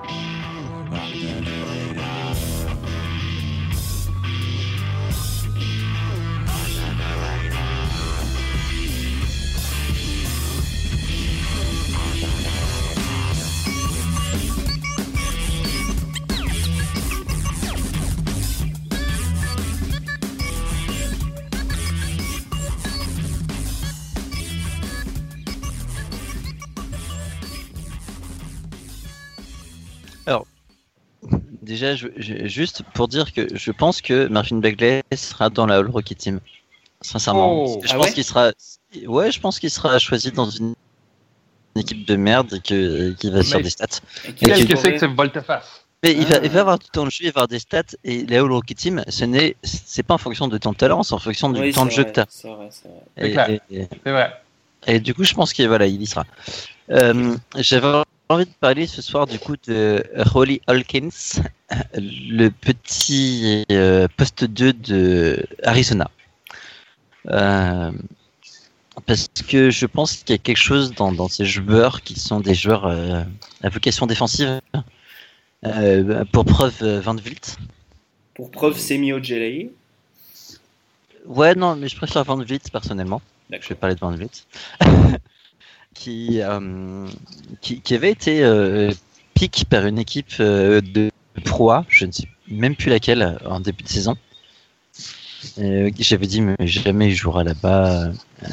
S7: Déjà, je, je- juste pour dire que je pense que Marvin Bagley sera dans la All-Rookie Team. Sincèrement.
S5: Oh.
S7: Parce que je
S3: Ah
S7: pense
S3: ouais
S7: qu'il sera. Ouais, je pense qu'il sera choisi dans une équipe de merde et que- qu'il va sur
S5: Mais-
S7: des stats.
S3: Et qui
S7: Et
S5: Qu'est-ce
S7: qui
S5: que c'est
S3: pourrait-
S5: que c'est Volteface?
S7: Mais il,
S3: Ah.
S7: va, il va avoir du temps de jeu, il va avoir des stats et la All-Rookie Team, ce n'est, c'est pas en fonction de ton talent, c'est en fonction du
S3: Oui,
S7: temps de
S3: c'est
S7: jeu
S3: vrai,
S7: que tu as.
S3: c'est vrai, c'est vrai.
S5: C'est
S7: Et,
S5: clair.
S7: et- et-
S5: C'est vrai.
S7: et du coup, je pense qu'il voilà, il y sera. Euh, j'avais envie de parler ce soir du coup de Rolly Hawkins, le petit euh, poste deux de Arizona. Euh, parce que je pense qu'il y a quelque chose dans, dans ces joueurs qui sont des joueurs euh, à vocation défensive. Euh, pour preuve, euh, Van Vliet.
S3: Pour preuve, Semi Ojeleye.
S7: Ouais, non, mais je préfère Van Vliet personnellement. Je vais
S3: D'accord.
S7: parler de Van Vliet. qui, euh, qui, qui avait été euh, pick par une équipe euh, de Pro A, je ne sais même plus laquelle, en début de saison. Euh, J'avais dit, mais jamais il jouera là-bas.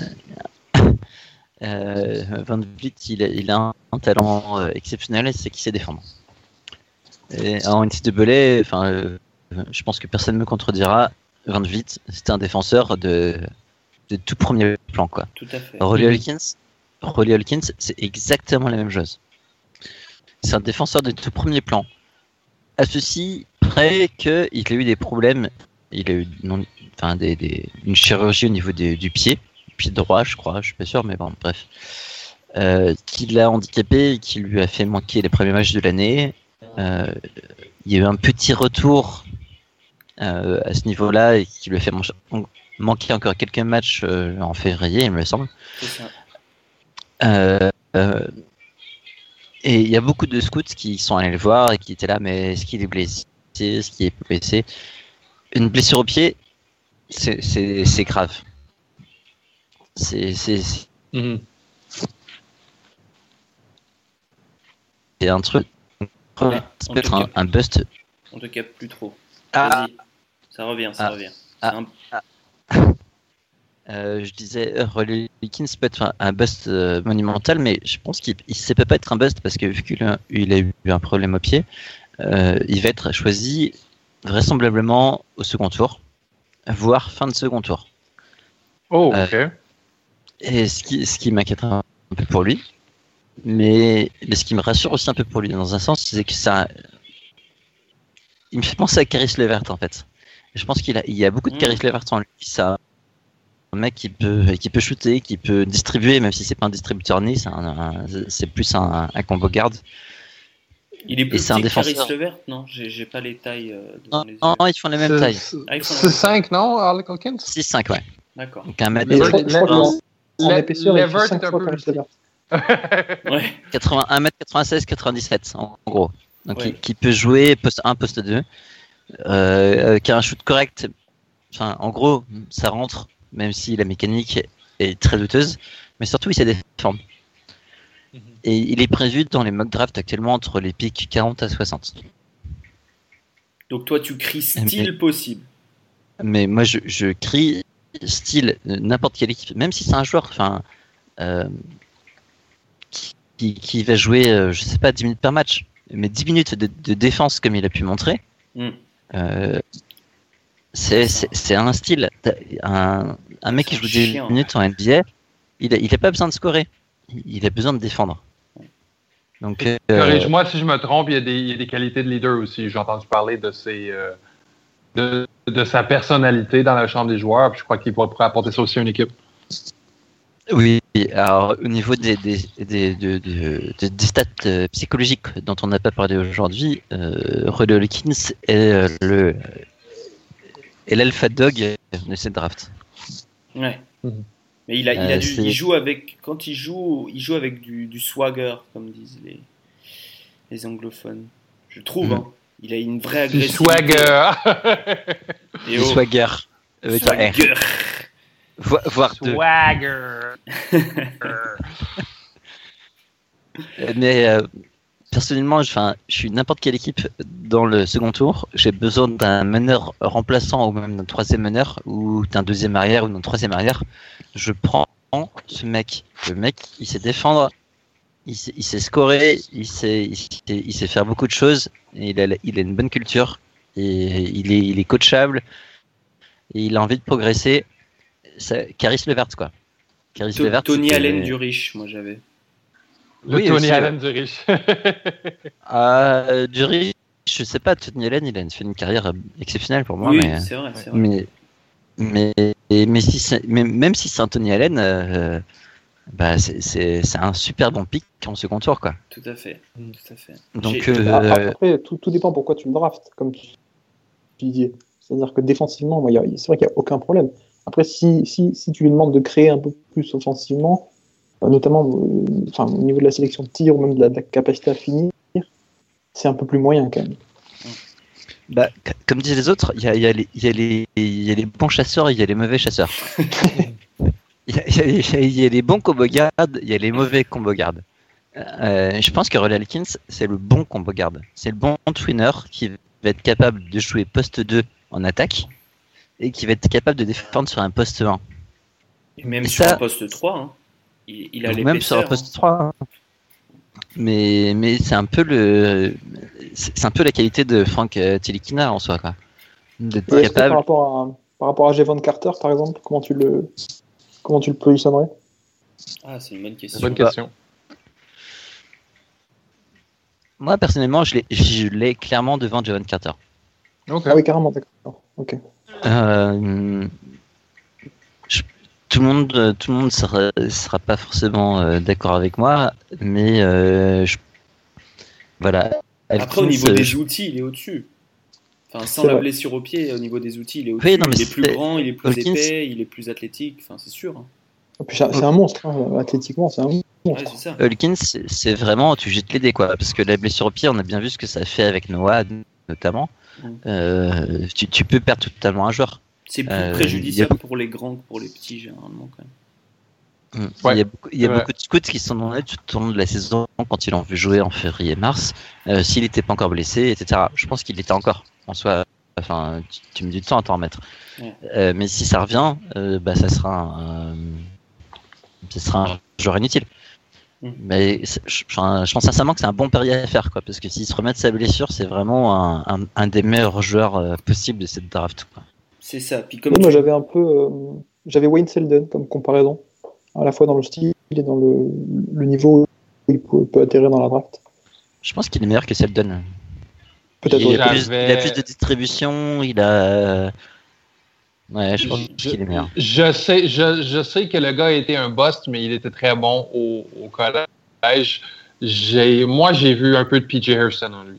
S7: Euh, Van Vliet, il a, il a un, un talent euh, exceptionnel, c'est qu'il sait défendre. Et en N C A A, enfin, euh, je pense que personne ne me contredira. Van Vliet, c'était un défenseur de, de tout premier plan, quoi.
S3: Tout à fait.
S7: Rolly Hawkins, Rolly Hawkins, c'est exactement la même chose. C'est un défenseur de tout premier plan. À ceci près qu'il a eu des problèmes. Il a eu non, enfin, des, des, une chirurgie au niveau des- du pied, pied droit, je crois, je suis pas sûr, mais bon, bref. Euh, qui l'a handicapé et qui lui a fait manquer les premiers matchs de l'année. Euh, il y a eu un petit retour euh, à ce niveau-là et qui lui a fait man- manquer encore quelques matchs euh, en février, il me semble.
S3: C'est ça.
S7: Euh, euh, et il y a beaucoup de scouts qui sont allés le voir et qui étaient là, mais est-ce qu'il est blessé? Est-ce qu'il est blessé? Une blessure au pied, c'est, c'est, c'est grave. C'est, c'est, c'est
S5: Mhm.
S7: un truc.
S3: Ouais,
S7: Ça
S3: on
S7: peut
S3: te
S7: être un,
S3: capte.
S7: un bust.
S3: On te capte plus trop.
S7: Ah.
S3: Vas-y. Ça revient, ça
S7: Ah.
S3: revient.
S7: Ah.
S3: C'est un-
S7: Euh, je disais, euh, Rolly Hawkins peut être un, un bust euh, monumental, mais je pense qu'il ne peut pas être un bust parce que vu qu'il a, il a eu un problème au pied, euh, il va être choisi vraisemblablement au second tour, voire fin de second tour.
S5: Oh,
S7: Euh,
S5: ok.
S7: Et ce qui, ce qui m'inquiète un peu pour lui, mais, mais ce qui me rassure aussi un peu pour lui dans un sens, c'est que ça. Il me fait penser à Caris Levert en fait. Je pense qu'il a, il y a beaucoup de
S3: Mm.
S7: Caris Levert en lui. Ça, un mec qui peut, qui peut shooter, qui peut distribuer, même si c'est pas un distributeur né, c'est, un, un- c'est plus un, un combo guard.
S3: Il est plus
S7: Et c'est un
S3: petit que Caris
S7: défenseur.
S3: Levert? Non, j'ai j'ai pas les tailles euh,
S7: Non,
S3: devant les yeux.
S7: non, ils font la même taille.
S3: Ah, ils font la
S5: C'est
S3: même
S5: cinq, non, Harley Hawkins?
S7: six cinq, ouais.
S3: D'accord.
S7: Donc un mètre
S4: Mais je crois, je crois
S5: Le-
S4: qu'en en
S5: Le-
S4: épaisseur, il fait
S5: Levert
S4: cinq
S5: est un
S4: fois
S5: peu
S4: Caris
S5: petit.
S4: Levert.
S3: Ouais.
S7: quatre-vingts un mètre quatre-vingt-seize quatre-vingt-dix-sept en en gros. Donc
S3: Ouais.
S7: qui, qui peut jouer poste un, poste deux, euh, qui a un shoot correct. Enfin, en gros, ça rentre, même si la mécanique est très douteuse, mais surtout il sait défendre.
S5: Mhm.
S7: Et il est prévu dans les mock drafts actuellement entre les pics quarante à soixante.
S3: Donc toi, tu cries
S7: Mais-
S3: style possible.
S7: Mais moi, je, je crie style euh, n'importe quelle équipe, même si c'est un joueur, enfin, euh, qui, qui va jouer, euh, je sais pas, dix minutes par match, mais dix minutes de, de défense comme il a pu montrer,
S3: Mm.
S7: euh, c'est, c'est, c'est un style. T'as- Un, un mec
S3: C'est
S7: qui
S3: un
S7: joue dix
S3: chien.
S7: minutes en N B A, il a, il a pas besoin de scorer, il, il a besoin de défendre. Donc, euh,
S5: Corrige-moi si je me trompe, il y, a des, il y a des qualités de leader aussi. J'ai entendu parler de ses, euh, de, de sa personnalité dans la chambre des joueurs, puis je crois qu'il pourrait pourrait apporter ça aussi à une équipe.
S7: Oui, alors au niveau des, des, des, des, des, des, des stats euh, psychologiques dont on n'a pas parlé aujourd'hui, euh, Ronnie Hawkins est euh, le est l'alpha dog de cette draft.
S3: Ouais.
S5: Mhm.
S3: Mais il a, il a
S7: Euh,
S3: du,
S7: c'est-
S3: il joue avec, quand il joue, il joue avec du, du swagger, comme disent les, les anglophones. Je trouve,
S7: Mhm.
S3: hein. Il a une vraie
S5: Du
S3: agressivité.
S5: swagger.
S3: Et
S7: Le
S3: oh,
S7: swagger. Avec un R.
S3: swagger.
S7: Vo- Voire deux.
S5: Swagger.
S7: Mais euh, personnellement, je, enfin, je suis n'importe quelle équipe dans le second tour. J'ai besoin d'un meneur remplaçant ou même d'un troisième meneur ou d'un deuxième arrière ou d'un troisième arrière. Je prends ce mec. Le mec, il sait défendre, il sait, il sait scorer, il sait, il, sait, il sait faire beaucoup de choses. Et il, a, il a une bonne culture. Et il est, il est coachable. Et il a envie de progresser. Ça, Caris Levert, quoi. Caris
S3: To-
S7: Levert,
S3: Tony
S7: c'était-
S3: Allen du riche, moi j'avais.
S5: Le
S7: Oui,
S5: Tony
S7: aussi,
S5: Allen du riche.
S7: Euh, du riche, je sais pas, Tony Allen, il a fait une carrière exceptionnelle pour moi,
S3: oui,
S7: mais,
S3: c'est vrai, c'est vrai.
S7: mais, mais, et- mais si c'est- mais même si c'est un Tony Allen, euh, bah c'est, c'est, c'est un super bon pick en second tour, quoi.
S3: Tout à fait,
S5: Mm.
S3: tout à fait.
S7: Donc,
S3: J'ai-
S7: euh,
S4: Ah, Après, tout, tout dépend pourquoi tu le draftes, comme tu, tu disais. C'est-à-dire que défensivement, moi, il y a- c'est vrai qu'il n'y a aucun problème. Après, si, si, si tu lui demandes de créer un peu plus offensivement, euh, notamment euh, enfin, au niveau de la sélection de tir ou même de la, de la capacité à finir, c'est un peu plus moyen quand même.
S7: bah, c- comme disent les autres, il y a, il y, a les- il y, a les- il y a les bons chasseurs et il y a les mauvais chasseurs. Il y a, il y a- il y a- il y a les bons combo gardes, il y a les mauvais combo gardes. Euh, je pense que Ronnie Hawkins, c'est le bon combo garde. C'est le bon twinner qui va être capable de jouer poste deux en attaque et qui va être capable de défendre sur un poste un.
S3: Et même
S7: Et
S3: sur
S7: ça-
S3: un poste trois, hein. il, il a
S7: Donc
S3: l'épaisseur.
S7: même sur un poste trois. hein. Mais, mais c'est un peu le, c'est c'est un peu la qualité de Frank euh, Tilikina en soi, quoi. D'être
S4: Et est-ce que par
S7: capable.
S4: rapport à par rapport à Javon Carter, par exemple, comment tu le comment tu le positionnerais?
S3: Ah, c'est une bonne question.
S5: Bonne question.
S7: Moi personnellement, je l'ai, je l'ai clairement devant Javon Carter.
S5: Ok.
S4: Ah oui, carrément, d'accord. Ok.
S7: Euh, je- tout le monde, euh, tout le monde sera, sera pas forcément euh, d'accord avec moi, mais euh, je- voilà.
S3: Après, au
S7: Hawkins,
S3: niveau
S7: euh,
S3: des
S7: je-
S3: outils, il est au-dessus. Enfin, sans
S4: C'est
S3: la
S4: vrai.
S3: blessure au pied, au niveau des outils, il est au-dessus.
S7: Oui, non, mais
S3: il est plus
S7: c'est-
S3: grand, il est plus
S7: Hawkins-
S3: épais, il est plus athlétique. Enfin, c'est sûr. hein.
S4: Et puis, c'est c'est un monstre, hein, athlétiquement, c'est un
S3: Ouais,
S4: monstre.
S3: c'est ça.
S7: Hawkins, c'est c'est vraiment, tu jettes les dés, quoi, parce que la blessure au pied, on a bien vu ce que ça fait avec Noah, notamment.
S3: Mm.
S7: Euh, tu, tu peux perdre totalement un joueur.
S3: C'est plus
S7: Euh, il y
S3: préjudiciable
S7: a-
S3: pour les grands que pour les petits, généralement. Quand même.
S7: Mm.
S5: Ouais,
S7: il y a, beaucoup, il y a
S5: c'est vrai.
S7: beaucoup de scouts qui sont dans tout au long de la saison quand ils l'ont vu jouer en février-mars, euh, s'il n'était pas encore blessé, et cetera. Je pense qu'il l'était encore en soi. Enfin, tu, tu mets du temps à t'en remettre.
S3: Ouais.
S7: Euh, mais si ça revient, euh, bah, ça sera un, euh, ça sera un joueur inutile.
S3: Mm.
S7: Mais c'est- je, je- je pense sincèrement que c'est un bon pari à faire, quoi, parce que s'il se remet de sa blessure, c'est vraiment un, un, un des meilleurs joueurs euh, possibles de cette draft, quoi.
S3: C'est ça. Puis comme
S4: Oui,
S3: tu-
S4: moi, j'avais un peu, euh, j'avais Wayne Selden comme comparaison, à la fois dans le style et dans le, le niveau où il peut, peut atterrir dans la draft.
S7: Je pense qu'il est meilleur que Seldon.
S4: Peut-être.
S7: Il,
S4: ouais.
S7: a plus,
S5: J'avais-
S7: il a plus de distribution, il a. Ouais, je pense
S5: Je-
S7: qu'il est meilleur.
S5: Je sais, je, je sais que le gars a été un bust, mais il était très bon au, au collège. J'ai, moi, j'ai vu un peu de P J Harrison en lui.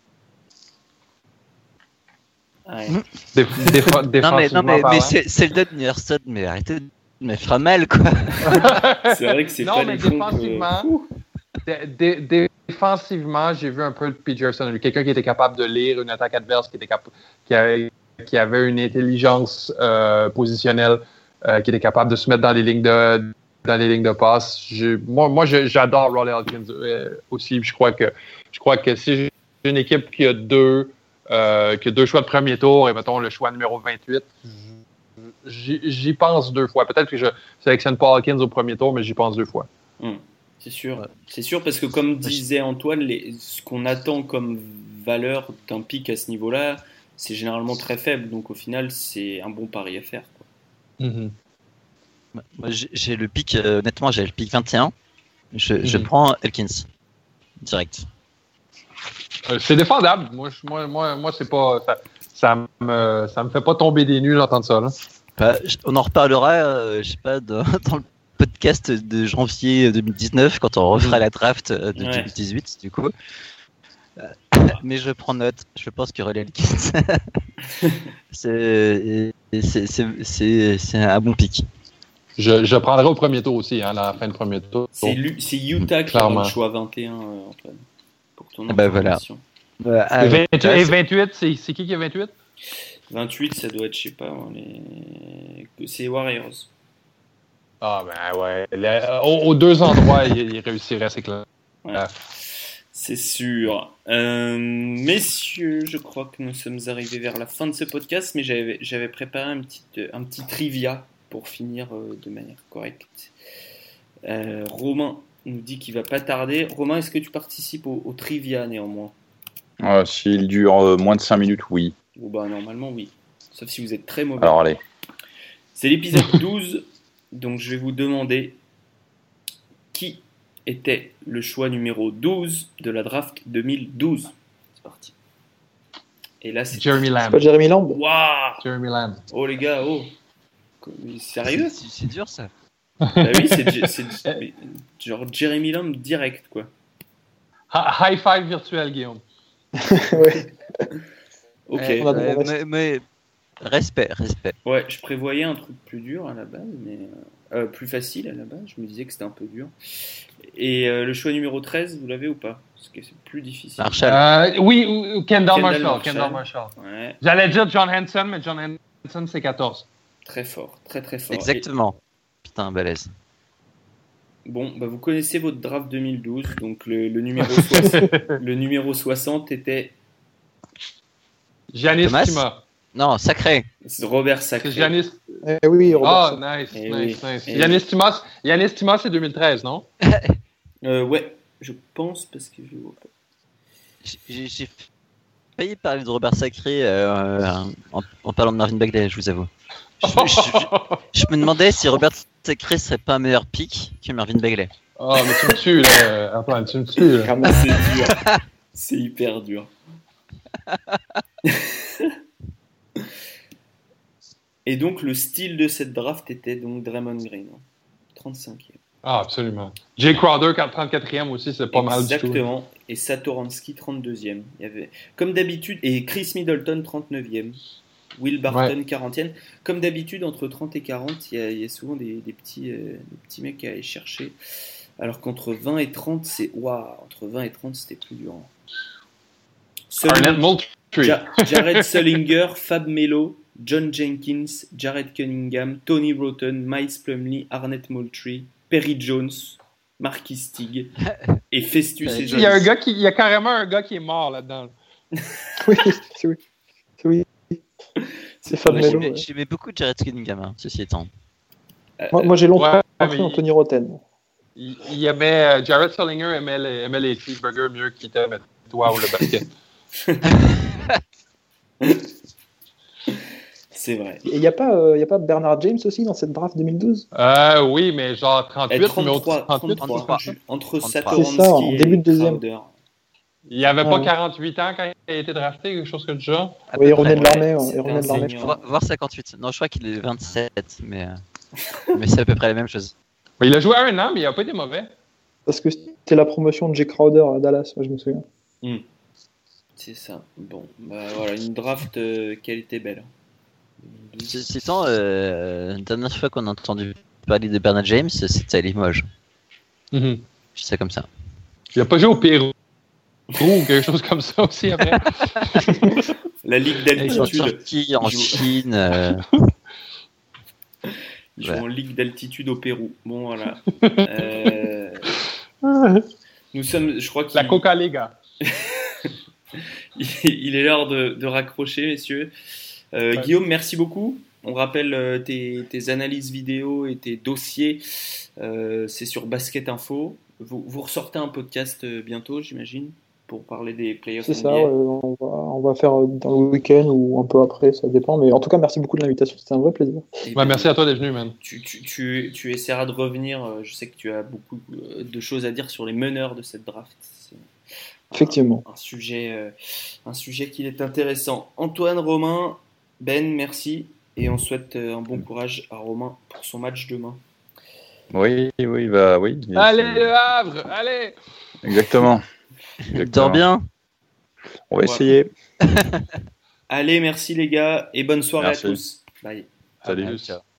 S3: Ouais.
S5: Déf, déf,
S7: Non, mais,
S5: défensivement
S7: non, mais, mais
S5: parlant.
S7: c'est Seldon, Hurston, mais arrêtez de me faire mal, quoi.
S3: C'est vrai que c'est
S5: Non,
S3: pas
S5: mais
S3: les fonds que-
S5: défensivement,
S3: Ouh.
S5: dé- dé- défensivement, j'ai vu un peu de P J Harrison en lui. Quelqu'un qui était capable de lire une attaque adverse, qui, était cap- qui, avait, qui avait une intelligence euh, positionnelle, euh, qui était capable de se mettre dans les lignes de, dans les lignes de passe. J'ai- Moi, moi je- j'adore Ronnie Hawkins euh, aussi. Je crois que je crois que si j'ai une équipe qui a deux euh, qui a deux choix de premier tour et mettons le choix numéro vingt-huit, j'y j'y pense deux fois. Peut-être que je sélectionne pas Hawkins au premier tour, mais j'y pense deux fois.
S3: Hum, C'est sûr. C'est sûr parce que comme disait Antoine, les- ce qu'on attend comme valeur d'un pic à ce niveau-là, c'est généralement très faible. Donc au final, c'est un bon pari à faire. quoi.
S7: Moi, j'ai j'ai le pic, euh, honnêtement, j'ai le pic vingt et un. Je, je
S5: Mhm.
S7: prends Elkins. Direct.
S5: Euh, c'est défendable. Moi, je- moi, moi, moi c'est pas. Ça, ça, me, ça me fait pas tomber des nues d'entendre ça. Là.
S7: Bah, je- on en reparlera, euh, je sais pas, dans, dans le podcast podcast de janvier deux mille dix-neuf quand on refera
S3: Mmh.
S7: la draft de
S3: Ouais.
S7: deux mille dix-huit du coup. Euh, Mais je prends note. Je pense que Ronnie Elkins, c'est c'est c'est c'est c'est un bon pick.
S5: Je, je prendrai au premier tour aussi, hein, à la fin du premier tour.
S3: C'est, Lu- c'est Utah qui aura
S5: Clairement.
S3: le choix vingt et un, euh, Antoine. Pour ton
S7: Ah bah voilà.
S3: information.
S7: Euh, ah,
S5: Et vingt-huit,
S7: ouais,
S5: et
S7: c'est-
S5: vingt-huit, c'est, c'est qui qui a vingt-huit?
S3: vingt-huit, ça doit être, je sais pas, hein, les... c'est Warriors.
S5: Ah ben ouais. Le- aux, aux deux endroits, il, il réussirait, c'est clair.
S3: Ouais. C'est sûr. Euh, messieurs, je crois que nous sommes arrivés vers la fin de ce podcast, mais j'avais, j'avais préparé un petit, un petit trivia pour finir euh, de manière correcte. Euh, Romain nous dit qu'il va pas tarder. Romain, est-ce que tu participes au, au trivia néanmoins?
S6: Euh, S'il dure euh, moins de cinq minutes, oui.
S3: Ou bah normalement oui. Sauf si vous êtes très mauvais.
S6: Alors allez.
S3: C'est l'épisode douze, donc je vais vous demander qui était le choix numéro douze de la draft deux mille douze. C'est parti. Et là c'est...
S5: Jeremy
S4: C'est
S5: Lamb.
S4: pas Jeremy Lamb?
S3: Waouh.
S5: Jeremy Lamb.
S3: Oh les gars, oh. Sérieux?
S7: c'est, c'est dur ça.
S3: Bah oui, c'est, c'est, c'est mais, genre Jeremy Lamb direct quoi.
S5: Ha- High five virtuel, Guillaume.
S4: Ouais.
S3: Ok.
S7: Ouais,
S4: On a
S7: ouais,
S4: demandé.
S7: mais, mais respect, respect.
S3: Ouais, je prévoyais un truc plus dur à la base, mais euh, euh, plus facile à la base. Je me disais que c'était un peu dur. Et euh, le choix numéro treize, vous l'avez ou pas? Parce que c'est plus difficile.
S7: Marshall.
S5: Euh, oui, ou- ou Kendall,
S3: Kendall
S5: Marshall.
S3: Marshall.
S5: Kendall Marshall.
S3: Ouais,
S5: J'allais dire John Hanson, mais John Hanson, c'est quatorze.
S3: très fort, très très fort.
S7: Exactement. Putain, balèze.
S3: Et, bon, bah vous connaissez votre draft deux mille douze, donc le, le numéro soixante, le numéro soixante était
S5: Giannis
S7: Thomas?
S5: Tima.
S7: Non, sacré.
S3: Robert
S5: C'est
S3: Sacré.
S5: Giannis.
S4: Eh oui, Robert.
S5: Ah, nice,
S3: Eh
S5: nice,
S3: oui.
S5: nice.
S3: Eh
S5: Giannis Tima, Giannis Tima, c'est deux mille treize, non?
S3: Euh, ouais, je pense parce que je vois pas.
S7: J'ai, j'ai failli parler de Robert Sacré euh, en, en parlant de Marvin Bagley, je vous avoue. Je, je- je- je me demandais si Robert Sacré serait pas un meilleur pick que Marvin Bagley.
S5: Oh, mais tu me tues, là. Antoine, tu me tues, là.
S4: Clairement.
S3: C'est dur. C'est hyper dur. Et donc le style de cette draft était donc Draymond Green, hein. trente-cinquième.
S5: Ah, absolument. Jay Crowder, trente-quatrième aussi, c'est pas mal du tout.
S3: Exactement. Et Satoransky, trente-deuxième. Il y avait, comme d'habitude, et Chris Middleton, trente-neuvième. Will Barton,
S5: Ouais.
S3: quarantième. Comme d'habitude, entre trente et quarante, il y a, il y a souvent des, des petits, euh, des petits mecs à aller chercher. Alors qu'entre vingt et trente, c'est... Waouh, entre vingt et trente, c'était plus dur.
S5: Arnett Moultrie.
S3: Ja- Jared Sullinger, Fab Melo, John Jenkins, Jared Cunningham, Tony Broughton, Miles Plumlee, Arnett Moultrie, Perry Jones, Marquis Stig et Festus et
S5: Il y a un gars qui, il y a carrément un gars qui est mort là-dedans.
S4: Oui, c'est oui. C'est oui. C'est Fab
S7: Moi,
S4: Melo.
S7: j'aimais,
S4: ouais.
S7: j'aimais beaucoup Jared Cunningham, hein, ceci étant.
S4: Moi, moi, j'ai longtemps
S5: Ouais,
S4: cru
S5: mais
S4: en
S5: il-
S4: Tony Roten.
S5: Il, il aimait, euh, Jared Sullinger aimait les, aimait les cheeseburgers mieux qu'il t'aimait toi ou le basket.
S3: C'est vrai.
S4: Il n'y a, pas, euh, y a pas Bernard James aussi dans cette draft deux mille douze?
S5: Euh, oui, mais genre trente-huit,
S3: Et
S5: numéro
S3: trente-trois,
S5: trente-huit.
S3: trente-trois,
S7: trente-trois.
S3: entre
S7: trente-trois.
S3: Satoransky
S4: C'est ça, en
S3: et
S4: début de deuxième.
S3: Crowder.
S5: Il n'y avait
S4: Ah
S5: pas
S4: oui.
S5: quarante-huit ans quand il a été drafté, quelque chose comme ça.
S7: À
S4: Oui,
S7: peu
S4: il revenait
S7: près.
S4: de l'armée.
S3: ouais,
S4: Il revenait de
S3: c'était
S4: l'armée.
S3: un
S4: je
S3: senior.
S7: Voir, voir cinquante-huit. Non, je crois qu'il est vingt-sept, mais, euh, mais c'est à peu près la même chose.
S5: Mais il a joué un an, mais il n'a pas été mauvais.
S4: Parce que c'était la promotion de Jay Crowder à Dallas, moi, je me souviens.
S3: C'est ça. Bon, bah voilà, une draft euh, qui était belle.
S7: Ceci étant, euh, la dernière fois qu'on a entendu parler de Bernard James, c'était à Limoges.
S5: Mhm.
S7: Je sais comme ça.
S5: Il n'a pas joué au Pérou ou quelque chose comme ça aussi après.
S3: La ligue
S7: Ils sont en
S3: d'altitude.
S7: Turquie, en
S3: Il joue-
S7: Chine. euh,
S3: Ils jouent
S7: Ouais.
S3: en ligue d'altitude au Pérou. Bon, voilà. Euh, nous sommes, je crois qu'il
S5: La Coca Liga.
S3: il est l'heure de, de raccrocher, messieurs. Euh,
S5: Ouais.
S3: Guillaume, merci beaucoup. On rappelle euh, tes, tes analyses vidéo et tes dossiers. Euh, c'est sur Basket Info. Vous, vous ressortez un podcast euh, bientôt, j'imagine, pour parler des playoffs
S4: C'est ça,
S3: N B A.
S4: euh, on, va, on va faire euh, dans le week-end ou un peu après, ça dépend. Mais en tout cas, merci beaucoup de l'invitation, c'était un vrai plaisir.
S3: Et
S5: Ouais,
S3: bien,
S5: merci à toi d'être venu, man.
S3: Tu, tu, tu, tu essaieras de revenir. euh, Je sais que tu as beaucoup euh, de choses à dire sur les meneurs de cette draft. C'est
S4: Effectivement.
S3: un, un sujet, euh, un sujet qui est intéressant. Antoine, Romain, Ben, merci. Et on souhaite euh, un bon courage à Romain pour son match demain.
S6: Oui, oui, bah oui.
S5: Allez, Le Havre, allez.
S6: Exactement.
S7: Dors bien.
S6: On va essayer.
S3: Allez, merci les gars et bonne soirée
S6: Merci.
S3: à tous. Bye.
S6: Salut.
S7: Ah, ciao.